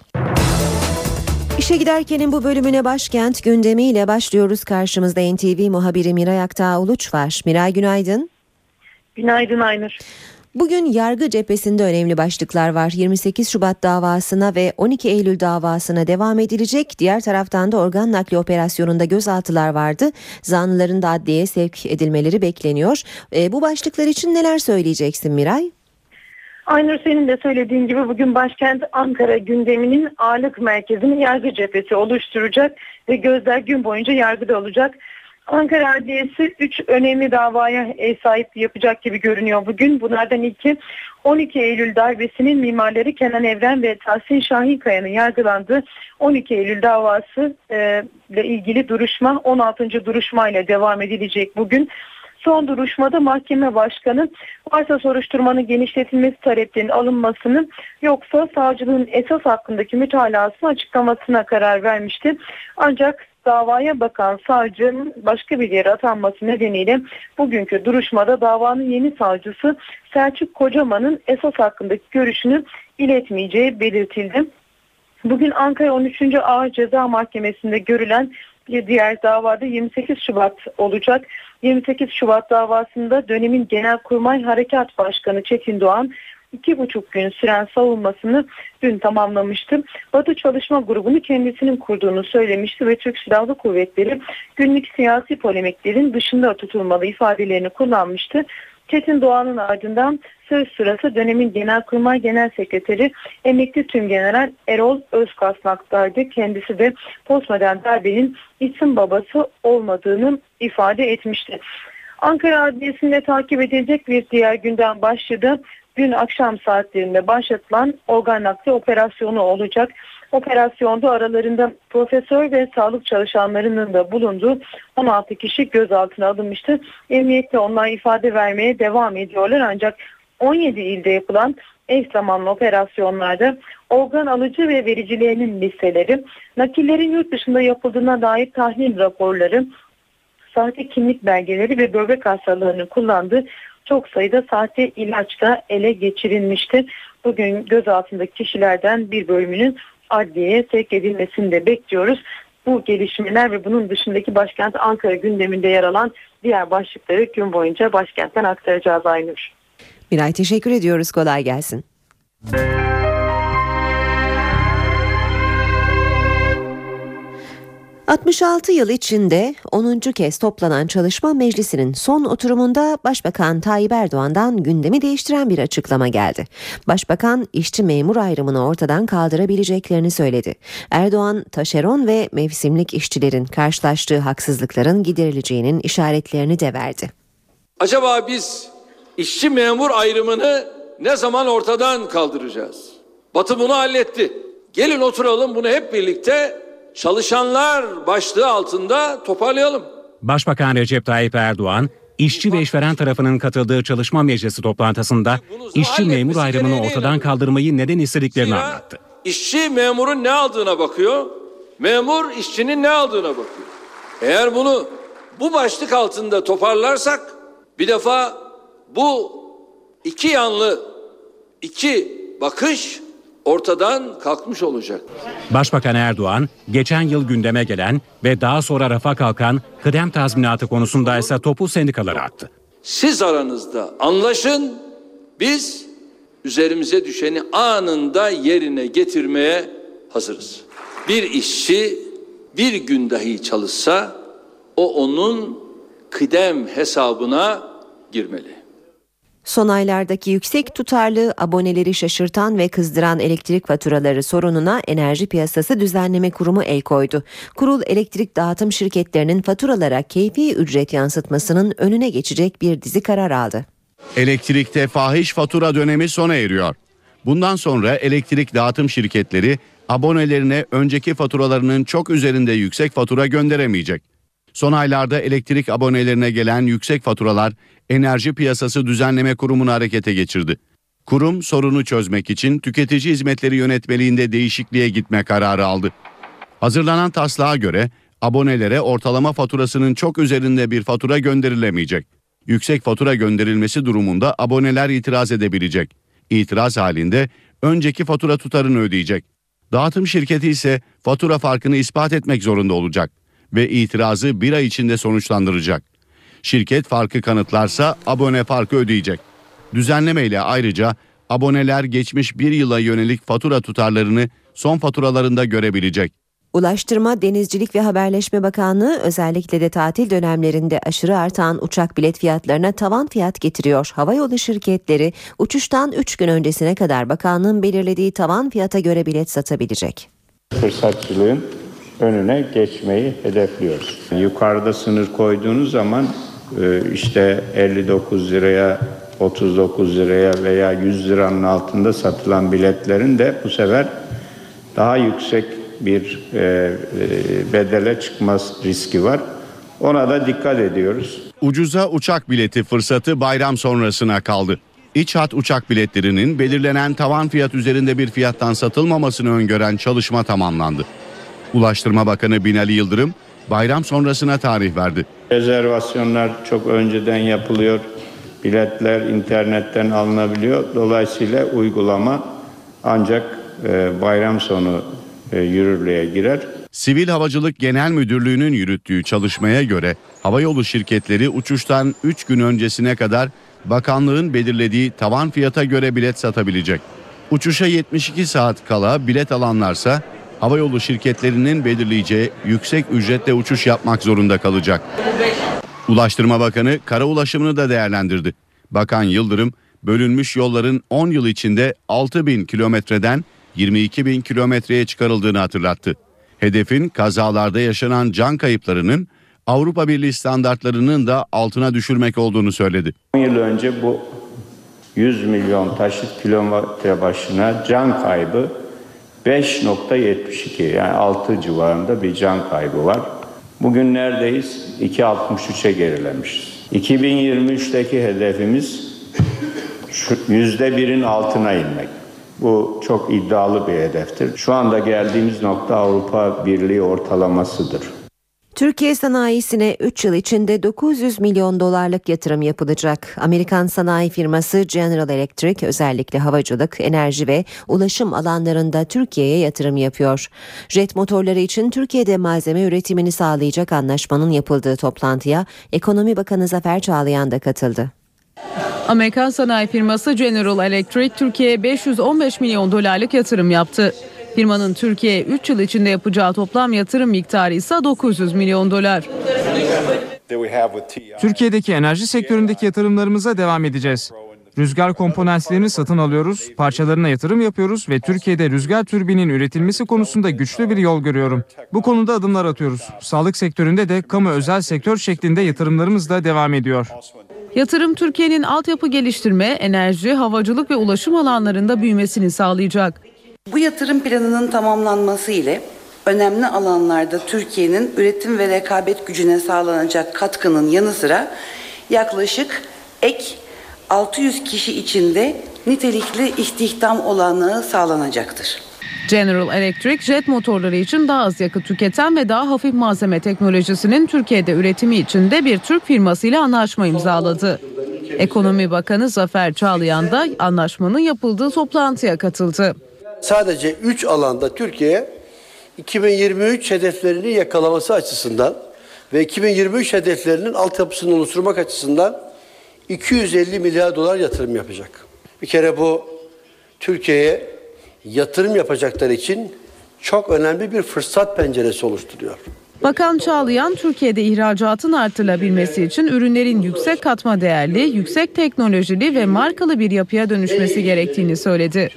İşe giderkenin bu bölümüne başkent gündemiyle başlıyoruz. Karşımızda N T V muhabiri Miray Aktağ Uluç var. Miray günaydın. Günaydın Aynur. Bugün yargı cephesinde önemli başlıklar var. yirmi sekiz Şubat davasına ve on iki Eylül davasına devam edilecek. Diğer taraftan da organ nakli operasyonunda gözaltılar vardı. Zanlıların da adliyeye sevk edilmeleri bekleniyor. E, bu başlıklar için neler söyleyeceksin Miray? Aynur, senin de söylediğin gibi bugün başkent Ankara gündeminin ağırlık merkezini yargı cephesi oluşturacak ve gözler gün boyunca yargıda olacak. Ankara Adliyesi üç önemli davaya ev sahipliği yapacak gibi görünüyor bugün. Bunlardan ilki on iki Eylül darbesinin mimarları Kenan Evren ve Tahsin Şahinkaya'nın yargılandığı on iki Eylül davası e, ile ilgili duruşma on altıncı duruşmayla devam edilecek bugün. Son duruşmada mahkeme başkanı varsa soruşturmanın genişletilmesi taleplerinin alınmasını yoksa savcılığın esas hakkındaki mütalasını açıklamasına karar vermişti. Ancak davaya bakan savcının başka bir yere atanması nedeniyle bugünkü duruşmada davanın yeni savcısı Selçuk Kocaman'ın esas hakkındaki görüşünü iletmeyeceği belirtildi. Bugün Ankara on üçüncü Ağır Ceza Mahkemesi'nde görülen bir diğer davada yirmi sekiz Şubat olacak. yirmi sekiz Şubat davasında dönemin Genelkurmay Harekat Başkanı Çetin Doğan iki buçuk gün süren savunmasını dün tamamlamıştı. Batı Çalışma Grubu'nu kendisinin kurduğunu söylemişti ve Türk Silahlı Kuvvetleri günlük siyasi polemiklerin dışında tutulmalı ifadelerini kullanmıştı. Çetin Doğan'ın ardından söz sırası dönemin Genelkurmay Genel Sekreteri Emekli Tümgeneral Erol Özkasnak'taydı. Kendisi de postmodern darbenin isim babası olmadığını ifade etmişti. Ankara Adliyesi'nde takip edilecek bir diğer gündem başladı. Dün akşam saatlerinde başlatılan organ nakli operasyonu olacak. Operasyonda aralarında profesör ve sağlık çalışanlarının da bulunduğu on altı kişi gözaltına alınmıştı. Emniyette onlar ifade vermeye devam ediyorlar ancak on yedi ilde yapılan eş zamanlı operasyonlarda organ alıcı ve vericilerinin listeleri, nakillerin yurt dışında yapıldığına dair tahlil raporları, sahte kimlik belgeleri ve böbrek hastalarının kullandığı çok sayıda sahte ilaç da ele geçirilmişti. Bugün gözaltındaki kişilerden bir bölümünün adliyeye sevk edilmesini de bekliyoruz. Bu gelişmeler ve bunun dışındaki başkent Ankara gündeminde yer alan diğer başlıkları gün boyunca başkentten aktaracağız Aynur. Miray, teşekkür ediyoruz. Kolay gelsin. altmış altı yıl içinde onuncu kez toplanan Çalışma Meclisi'nin son oturumunda Başbakan Tayyip Erdoğan'dan gündemi değiştiren bir açıklama geldi. Başbakan işçi memur ayrımını ortadan kaldırabileceklerini söyledi. Erdoğan, taşeron ve mevsimlik işçilerin karşılaştığı haksızlıkların giderileceğinin işaretlerini de verdi. Acaba biz işçi memur ayrımını ne zaman ortadan kaldıracağız? Batı bunu halletti. Gelin oturalım, bunu hep birlikte çalışanlar başlığı altında toparlayalım. Başbakan Recep Tayyip Erdoğan, işçi ve işveren tarafının katıldığı Çalışma Meclisi toplantısında işçi memur ayrımını ortadan kaldırmayı neden istediklerini Zira anlattı. İşçi memurun ne aldığına bakıyor, memur işçinin ne aldığına bakıyor. Eğer bunu bu başlık altında toparlarsak bir defa bu iki yanlı iki bakış ortadan kalkmış olacak. Başbakan Erdoğan, geçen yıl gündeme gelen ve daha sonra rafa kalkan kıdem tazminatı konusunda ise topu sendikalara attı. Siz aranızda anlaşın, biz üzerimize düşeni anında yerine getirmeye hazırız. Bir işçi bir gün dahi çalışsa o onun kıdem hesabına girmeli. Son aylardaki yüksek tutarlı, aboneleri şaşırtan ve kızdıran elektrik faturaları sorununa Enerji Piyasası Düzenleme Kurumu el koydu. Kurul, elektrik dağıtım şirketlerinin faturalara keyfi ücret yansıtmasının önüne geçecek bir dizi karar aldı. Elektrikte fahiş fatura dönemi sona eriyor. Bundan sonra elektrik dağıtım şirketleri abonelerine önceki faturalarının çok üzerinde yüksek fatura gönderemeyecek. Son aylarda elektrik abonelerine gelen yüksek faturalar Enerji Piyasası Düzenleme Kurumu'nu harekete geçirdi. Kurum sorunu çözmek için Tüketici Hizmetleri Yönetmeliğinde değişikliğe gitme kararı aldı. Hazırlanan taslağa göre abonelere ortalama faturasının çok üzerinde bir fatura gönderilemeyecek. Yüksek fatura gönderilmesi durumunda aboneler itiraz edebilecek. İtiraz halinde önceki fatura tutarını ödeyecek. Dağıtım şirketi ise fatura farkını ispat etmek zorunda olacak ve itirazı bir ay içinde sonuçlandıracak. Şirket farkı kanıtlarsa abone farkı ödeyecek. Düzenleme ile ayrıca aboneler geçmiş bir yıla yönelik fatura tutarlarını son faturalarında görebilecek. Ulaştırma, Denizcilik ve Haberleşme Bakanlığı özellikle de tatil dönemlerinde aşırı artan uçak bilet fiyatlarına tavan fiyat getiriyor. Havayolu şirketleri uçuştan üç gün öncesine kadar bakanlığın belirlediği tavan fiyata göre bilet satabilecek. Fırsatçılığın önüne geçmeyi hedefliyoruz. Yukarıda sınır koyduğunuz zaman işte elli dokuz liraya, otuz dokuz liraya veya yüz liranın altında satılan biletlerin de bu sefer daha yüksek bir bedele çıkma riski var. Ona da dikkat ediyoruz. Ucuza uçak bileti fırsatı bayram sonrasına kaldı. İç hat uçak biletlerinin belirlenen tavan fiyat üzerinde bir fiyattan satılmamasını öngören çalışma tamamlandı. Ulaştırma Bakanı Binali Yıldırım bayram sonrasına tarih verdi. Rezervasyonlar çok önceden yapılıyor. Biletler internetten alınabiliyor. Dolayısıyla uygulama ancak bayram sonu yürürlüğe girer. Sivil Havacılık Genel Müdürlüğü'nün yürüttüğü çalışmaya göre havayolu şirketleri uçuştan üç gün öncesine kadar bakanlığın belirlediği tavan fiyata göre bilet satabilecek. Uçuşa yetmiş iki saat kala bilet alanlarsa havayolu şirketlerinin belirleyeceği yüksek ücretle uçuş yapmak zorunda kalacak. Ulaştırma Bakanı kara ulaşımını da değerlendirdi. Bakan Yıldırım, bölünmüş yolların on yıl içinde altı bin kilometreden yirmi iki bin kilometreye çıkarıldığını hatırlattı. Hedefin kazalarda yaşanan can kayıplarının Avrupa Birliği standartlarının da altına düşürmek olduğunu söyledi. on yıl önce bu yüz milyon taşıt kilometre başına can kaybı beş nokta yetmiş iki, yani altı civarında bir can kaybı var. Bugün neredeyiz? iki nokta altmış üçe gerilemişiz. iki bin yirmi üçteki hedefimiz yüzde birin altına inmek. Bu çok iddialı bir hedeftir. Şu anda geldiğimiz nokta Avrupa Birliği ortalamasıdır. Türkiye sanayisine üç yıl içinde dokuz yüz milyon dolarlık yatırım yapılacak. Amerikan sanayi firması General Electric özellikle havacılık, enerji ve ulaşım alanlarında Türkiye'ye yatırım yapıyor. Jet motorları için Türkiye'de malzeme üretimini sağlayacak anlaşmanın yapıldığı toplantıya Ekonomi Bakanı Zafer Çağlayan da katıldı. Amerikan sanayi firması General Electric Türkiye'ye beş yüz on beş milyon dolarlık yatırım yaptı. Firmanın Türkiye'ye üç yıl içinde yapacağı toplam yatırım miktarı ise dokuz yüz milyon dolar. Türkiye'deki enerji sektöründeki yatırımlarımıza devam edeceğiz. Rüzgar komponentlerini satın alıyoruz, parçalarına yatırım yapıyoruz ve Türkiye'de rüzgar türbinin üretilmesi konusunda güçlü bir yol görüyorum. Bu konuda adımlar atıyoruz. Sağlık sektöründe de kamu özel sektör şeklinde yatırımlarımız da devam ediyor. Yatırım Türkiye'nin altyapı geliştirme, enerji, havacılık ve ulaşım alanlarında büyümesini sağlayacak. Bu yatırım planının tamamlanması ile önemli alanlarda Türkiye'nin üretim ve rekabet gücüne sağlanacak katkının yanı sıra yaklaşık ek altı yüz kişi içinde nitelikli istihdam olanağı sağlanacaktır. General Electric jet motorları için daha az yakıt tüketen ve daha hafif malzeme teknolojisinin Türkiye'de üretimi için de bir Türk firmasıyla anlaşma imzaladı. Ekonomi Bakanı Zafer Çağlayan da anlaşmanın yapıldığı toplantıya katıldı. Sadece üç alanda Türkiye iki bin yirmi üç hedeflerini yakalaması açısından ve iki bin yirmi üç hedeflerinin altyapısını oluşturmak açısından iki yüz elli milyar dolar yatırım yapacak. Bir kere bu Türkiye'ye yatırım yapacaklar için çok önemli bir fırsat penceresi oluşturuyor. Bakan Çağlayan, Türkiye'de ihracatın artırılabilmesi için ürünlerin yüksek katma değerli, yüksek teknolojili ve markalı bir yapıya dönüşmesi gerektiğini söyledi.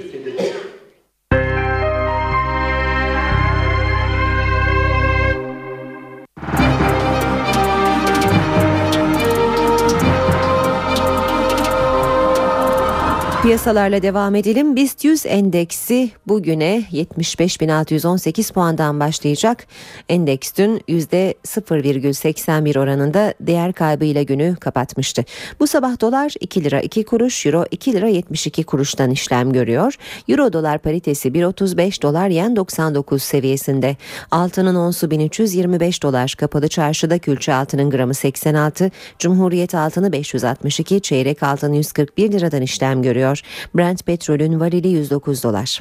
Piyasalarla devam edelim. BIST yüz endeksi bugüne yetmiş beş bin altı yüz on sekiz puandan başlayacak. Endeks dün yüzde sıfır virgül seksen bir oranında değer kaybıyla günü kapatmıştı. Bu sabah dolar iki lira iki kuruş, euro iki lira yetmiş iki kuruştan işlem görüyor. Euro dolar paritesi bir otuz beş, dolar yen doksan dokuz seviyesinde. Altının onsu bin üç yüz yirmi beş dolar. Kapalı çarşıda külçe altının gramı seksen altı, Cumhuriyet altını beş yüz altmış iki, çeyrek altın yüz kırk bir liradan işlem görüyor. Brent petrolün varili yüz dokuz dolar.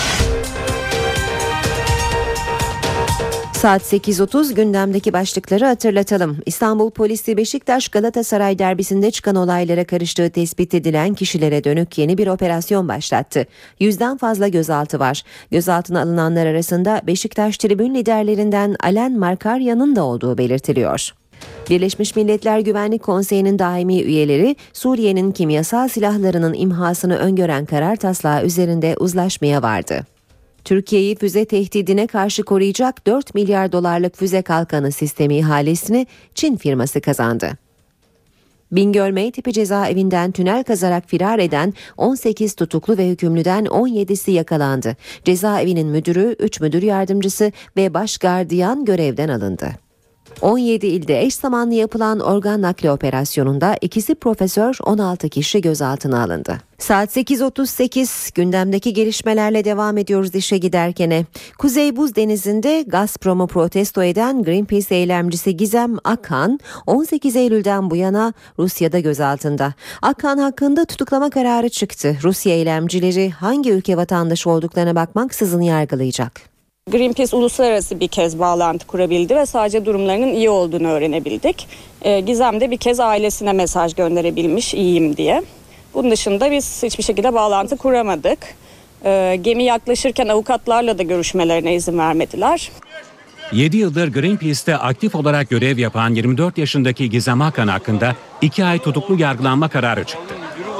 Saat sekiz otuz, gündemdeki başlıkları hatırlatalım. İstanbul Polisi Beşiktaş Galatasaray derbisinde çıkan olaylara karıştığı tespit edilen kişilere dönük yeni bir operasyon başlattı. Yüzden fazla gözaltı var. Gözaltına alınanlar arasında Beşiktaş tribün liderlerinden Alen Markarya'nın da olduğu belirtiliyor. Birleşmiş Milletler Güvenlik Konseyi'nin daimi üyeleri Suriye'nin kimyasal silahlarının imhasını öngören karar taslağı üzerinde uzlaşmaya vardı. Türkiye'yi füze tehdidine karşı koruyacak dört milyar dolarlık füze kalkanı sistemi ihalesini Çin firması kazandı. Bingöl M tipi cezaevinden tünel kazarak firar eden on sekiz tutuklu ve hükümlüden on yedisi yakalandı. Cezaevinin müdürü, üç müdür yardımcısı ve baş gardiyan görevden alındı. on yedi ilde eş zamanlı yapılan organ nakli operasyonunda ikisi profesör, on altı kişi gözaltına alındı. Saat sekiz otuz sekiz, gündemdeki gelişmelerle devam ediyoruz işe giderkene. Kuzey Buz Denizi'nde Gazprom'u protesto eden Greenpeace eylemcisi Gizem Akhan on sekiz Eylül'den bu yana Rusya'da gözaltında. Akhan hakkında tutuklama kararı çıktı. Rusya eylemcileri hangi ülke vatandaşı olduklarına bakmaksızın yargılayacak. Greenpeace uluslararası bir kez bağlantı kurabildi ve sadece durumlarının iyi olduğunu öğrenebildik. E, Gizem de bir kez ailesine mesaj gönderebilmiş iyiyim diye. Bunun dışında biz hiçbir şekilde bağlantı kuramadık. E, gemi yaklaşırken avukatlarla da görüşmelerine izin vermediler. yedi yıldır Greenpeace'te aktif olarak görev yapan yirmi dört yaşındaki Gizem Akhan hakkında iki ay tutuklu yargılanma kararı çıktı.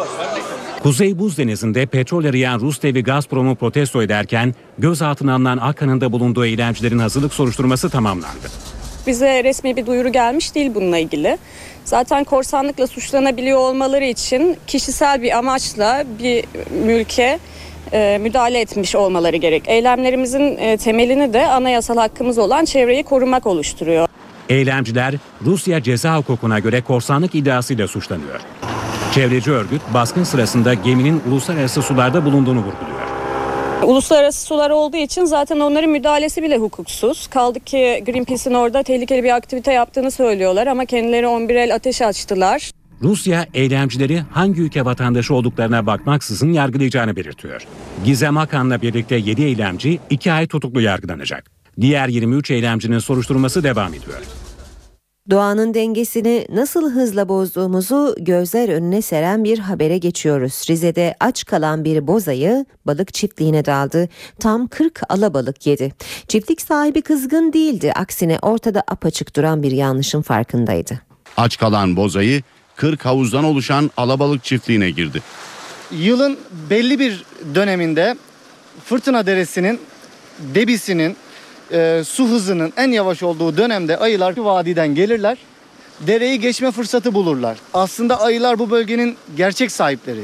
Kuzey Buz Denizi'nde petrol arayan Rus devi Gazprom'u protesto ederken gözaltına alınan Akkan'ın bulunduğu eylemcilerin hazırlık soruşturması tamamlandı. Bize resmi bir duyuru gelmiş değil bununla ilgili. Zaten korsanlıkla suçlanabiliyor olmaları için kişisel bir amaçla bir mülke e, müdahale etmiş olmaları gerek. Eylemlerimizin e, temelini de anayasal hakkımız olan çevreyi korumak oluşturuyor. Eylemciler Rusya ceza hukukuna göre korsanlık iddiasıyla suçlanıyor. Çevreci örgüt baskın sırasında geminin uluslararası sularda bulunduğunu vurguluyor. Uluslararası sular olduğu için zaten onların müdahalesi bile hukuksuz. Kaldı ki Greenpeace'in orada tehlikeli bir aktivite yaptığını söylüyorlar ama kendileri on bir el ateş açtılar. Rusya eylemcileri hangi ülke vatandaşı olduklarına bakmaksızın yargılayacağını belirtiyor. Gizem Akan'la birlikte yedi eylemci iki ay tutuklu yargılanacak. Diğer yirmi üç eylemcinin soruşturması devam ediyor. Doğanın dengesini nasıl hızla bozduğumuzu gözler önüne seren bir habere geçiyoruz. Rize'de aç kalan bir bozayı balık çiftliğine daldı. Tam kırk alabalık yedi. Çiftlik sahibi kızgın değildi. Aksine ortada apaçık duran bir yanlışın farkındaydı. Aç kalan bozayı kırk havuzdan oluşan alabalık çiftliğine girdi. Yılın belli bir döneminde Fırtına Deresi'nin debisinin e, su hızının en yavaş olduğu dönemde ayılar vadiden gelirler. Dereyi geçme fırsatı bulurlar. Aslında ayılar bu bölgenin gerçek sahipleri.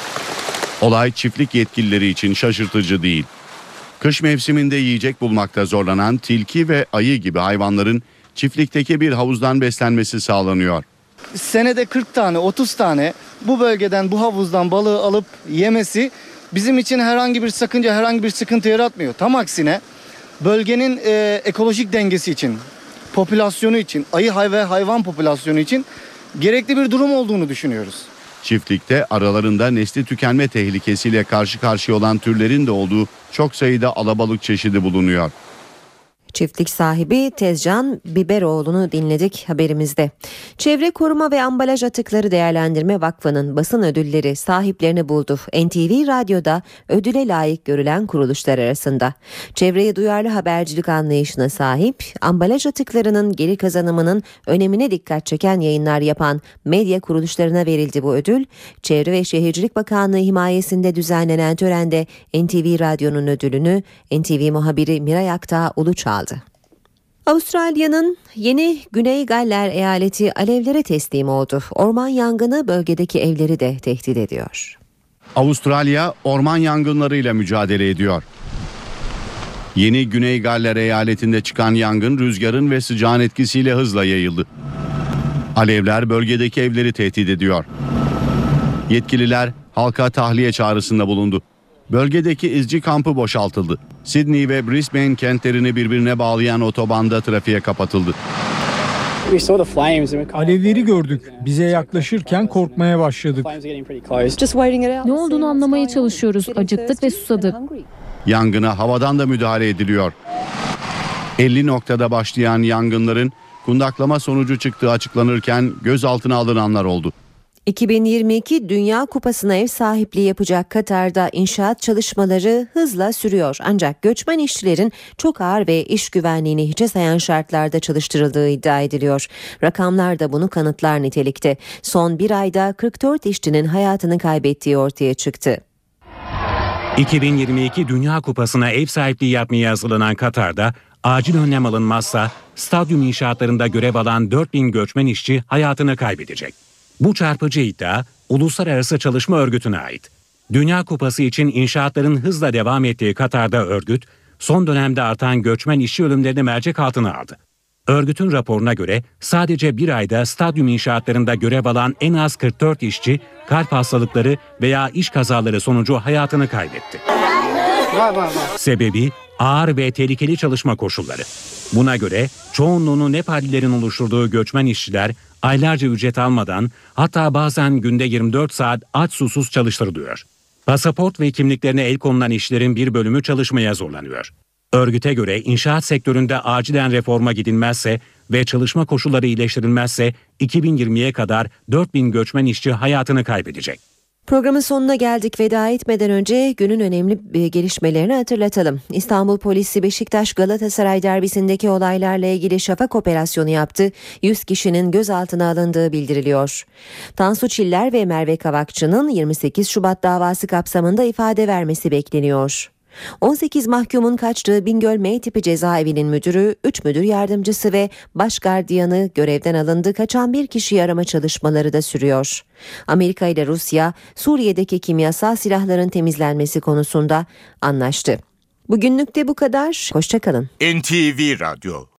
Olay çiftlik yetkilileri için şaşırtıcı değil. Kış mevsiminde yiyecek bulmakta zorlanan tilki ve ayı gibi hayvanların çiftlikteki bir havuzdan beslenmesi sağlanıyor. Senede kırk tane otuz tane bu bölgeden bu havuzdan balığı alıp yemesi bizim için herhangi bir sakınca, herhangi bir sıkıntı yaratmıyor. Tam aksine bölgenin e, ekolojik dengesi için, popülasyonu için, ayı ve hayvan popülasyonu için gerekli bir durum olduğunu düşünüyoruz. Çiftlikte aralarında nesli tükenme tehlikesiyle karşı karşıya olan türlerin de olduğu çok sayıda alabalık çeşidi bulunuyor. Çiftlik sahibi Tezcan Biberoğlu'nu dinledik haberimizde. Çevre Koruma ve Ambalaj Atıkları Değerlendirme Vakfı'nın basın ödülleri sahiplerini buldu. N T V Radyo'da ödüle layık görülen kuruluşlar arasında. Çevreye duyarlı habercilik anlayışına sahip, ambalaj atıklarının geri kazanımının önemine dikkat çeken yayınlar yapan medya kuruluşlarına verildi bu ödül. Çevre ve Şehircilik Bakanlığı himayesinde düzenlenen törende N T V Radyo'nun ödülünü N T V muhabiri Miray Aktağ Uluç aldı. Avustralya'nın yeni Güney Galler eyaleti alevlere teslim oldu. Orman yangını bölgedeki evleri de tehdit ediyor. Avustralya orman yangınlarıyla mücadele ediyor. Yeni Güney Galler eyaletinde çıkan yangın rüzgarın ve sıcağın etkisiyle hızla yayıldı. Alevler bölgedeki evleri tehdit ediyor. Yetkililer halka tahliye çağrısında bulundu. Bölgedeki izci kampı boşaltıldı. Sydney ve Brisbane kentlerini birbirine bağlayan otobanda trafiğe kapatıldı. Alevleri gördük. Bize yaklaşırken korkmaya başladık. Ne olduğunu anlamaya çalışıyoruz. Acıktık ve susadık. Yangına havadan da müdahale ediliyor. elli noktada başlayan yangınların kundaklama sonucu çıktığı açıklanırken gözaltına alınanlar oldu. iki bin yirmi iki Dünya Kupası'na ev sahipliği yapacak Katar'da inşaat çalışmaları hızla sürüyor. Ancak göçmen işçilerin çok ağır ve iş güvenliğini hiçe sayan şartlarda çalıştırıldığı iddia ediliyor. Rakamlar da bunu kanıtlar nitelikte. Son bir ayda kırk dört işçinin hayatını kaybettiği ortaya çıktı. iki bin yirmi iki Dünya Kupası'na ev sahipliği yapmaya hazırlanan Katar'da acil önlem alınmazsa stadyum inşaatlarında görev alan dört bin göçmen işçi hayatını kaybedecek. Bu çarpıcı iddia Uluslararası Çalışma Örgütü'ne ait. Dünya Kupası için inşaatların hızla devam ettiği Katar'da örgüt, son dönemde artan göçmen işçi ölümlerini mercek altına aldı. Örgütün raporuna göre sadece bir ayda stadyum inşaatlarında görev alan en az kırk dört işçi kalp hastalıkları veya iş kazaları sonucu hayatını kaybetti. Sebebi ağır ve tehlikeli çalışma koşulları. Buna göre çoğunluğunu Nepallilerin oluşturduğu göçmen işçiler aylarca ücret almadan, hatta bazen günde yirmi dört saat aç susuz çalıştırılıyor. Pasaport ve kimliklerine el konulan işçilerin bir bölümü çalışmaya zorlanıyor. Örgüte göre inşaat sektöründe acilen reforma gidilmezse ve çalışma koşulları iyileştirilmezse iki bin yirmiye kadar dört bin göçmen işçi hayatını kaybedecek. Programın sonuna geldik. Veda etmeden önce günün önemli gelişmelerini hatırlatalım. İstanbul Polisi Beşiktaş Galatasaray derbisindeki olaylarla ilgili şafak operasyonu yaptı. yüz kişinin gözaltına alındığı bildiriliyor. Tansu Çiller ve Merve Kavakçı'nın yirmi sekiz Şubat davası kapsamında ifade vermesi bekleniyor. on sekiz mahkumun kaçtığı Bingöl M tipi cezaevinin müdürü, üç müdür yardımcısı ve baş gardiyanı görevden alındı. Kaçan bir kişiyi arama çalışmaları da sürüyor. Amerika ile Rusya, Suriye'deki kimyasal silahların temizlenmesi konusunda anlaştı. Bugünlük de bu kadar. Hoşça kalın. N T V Radyo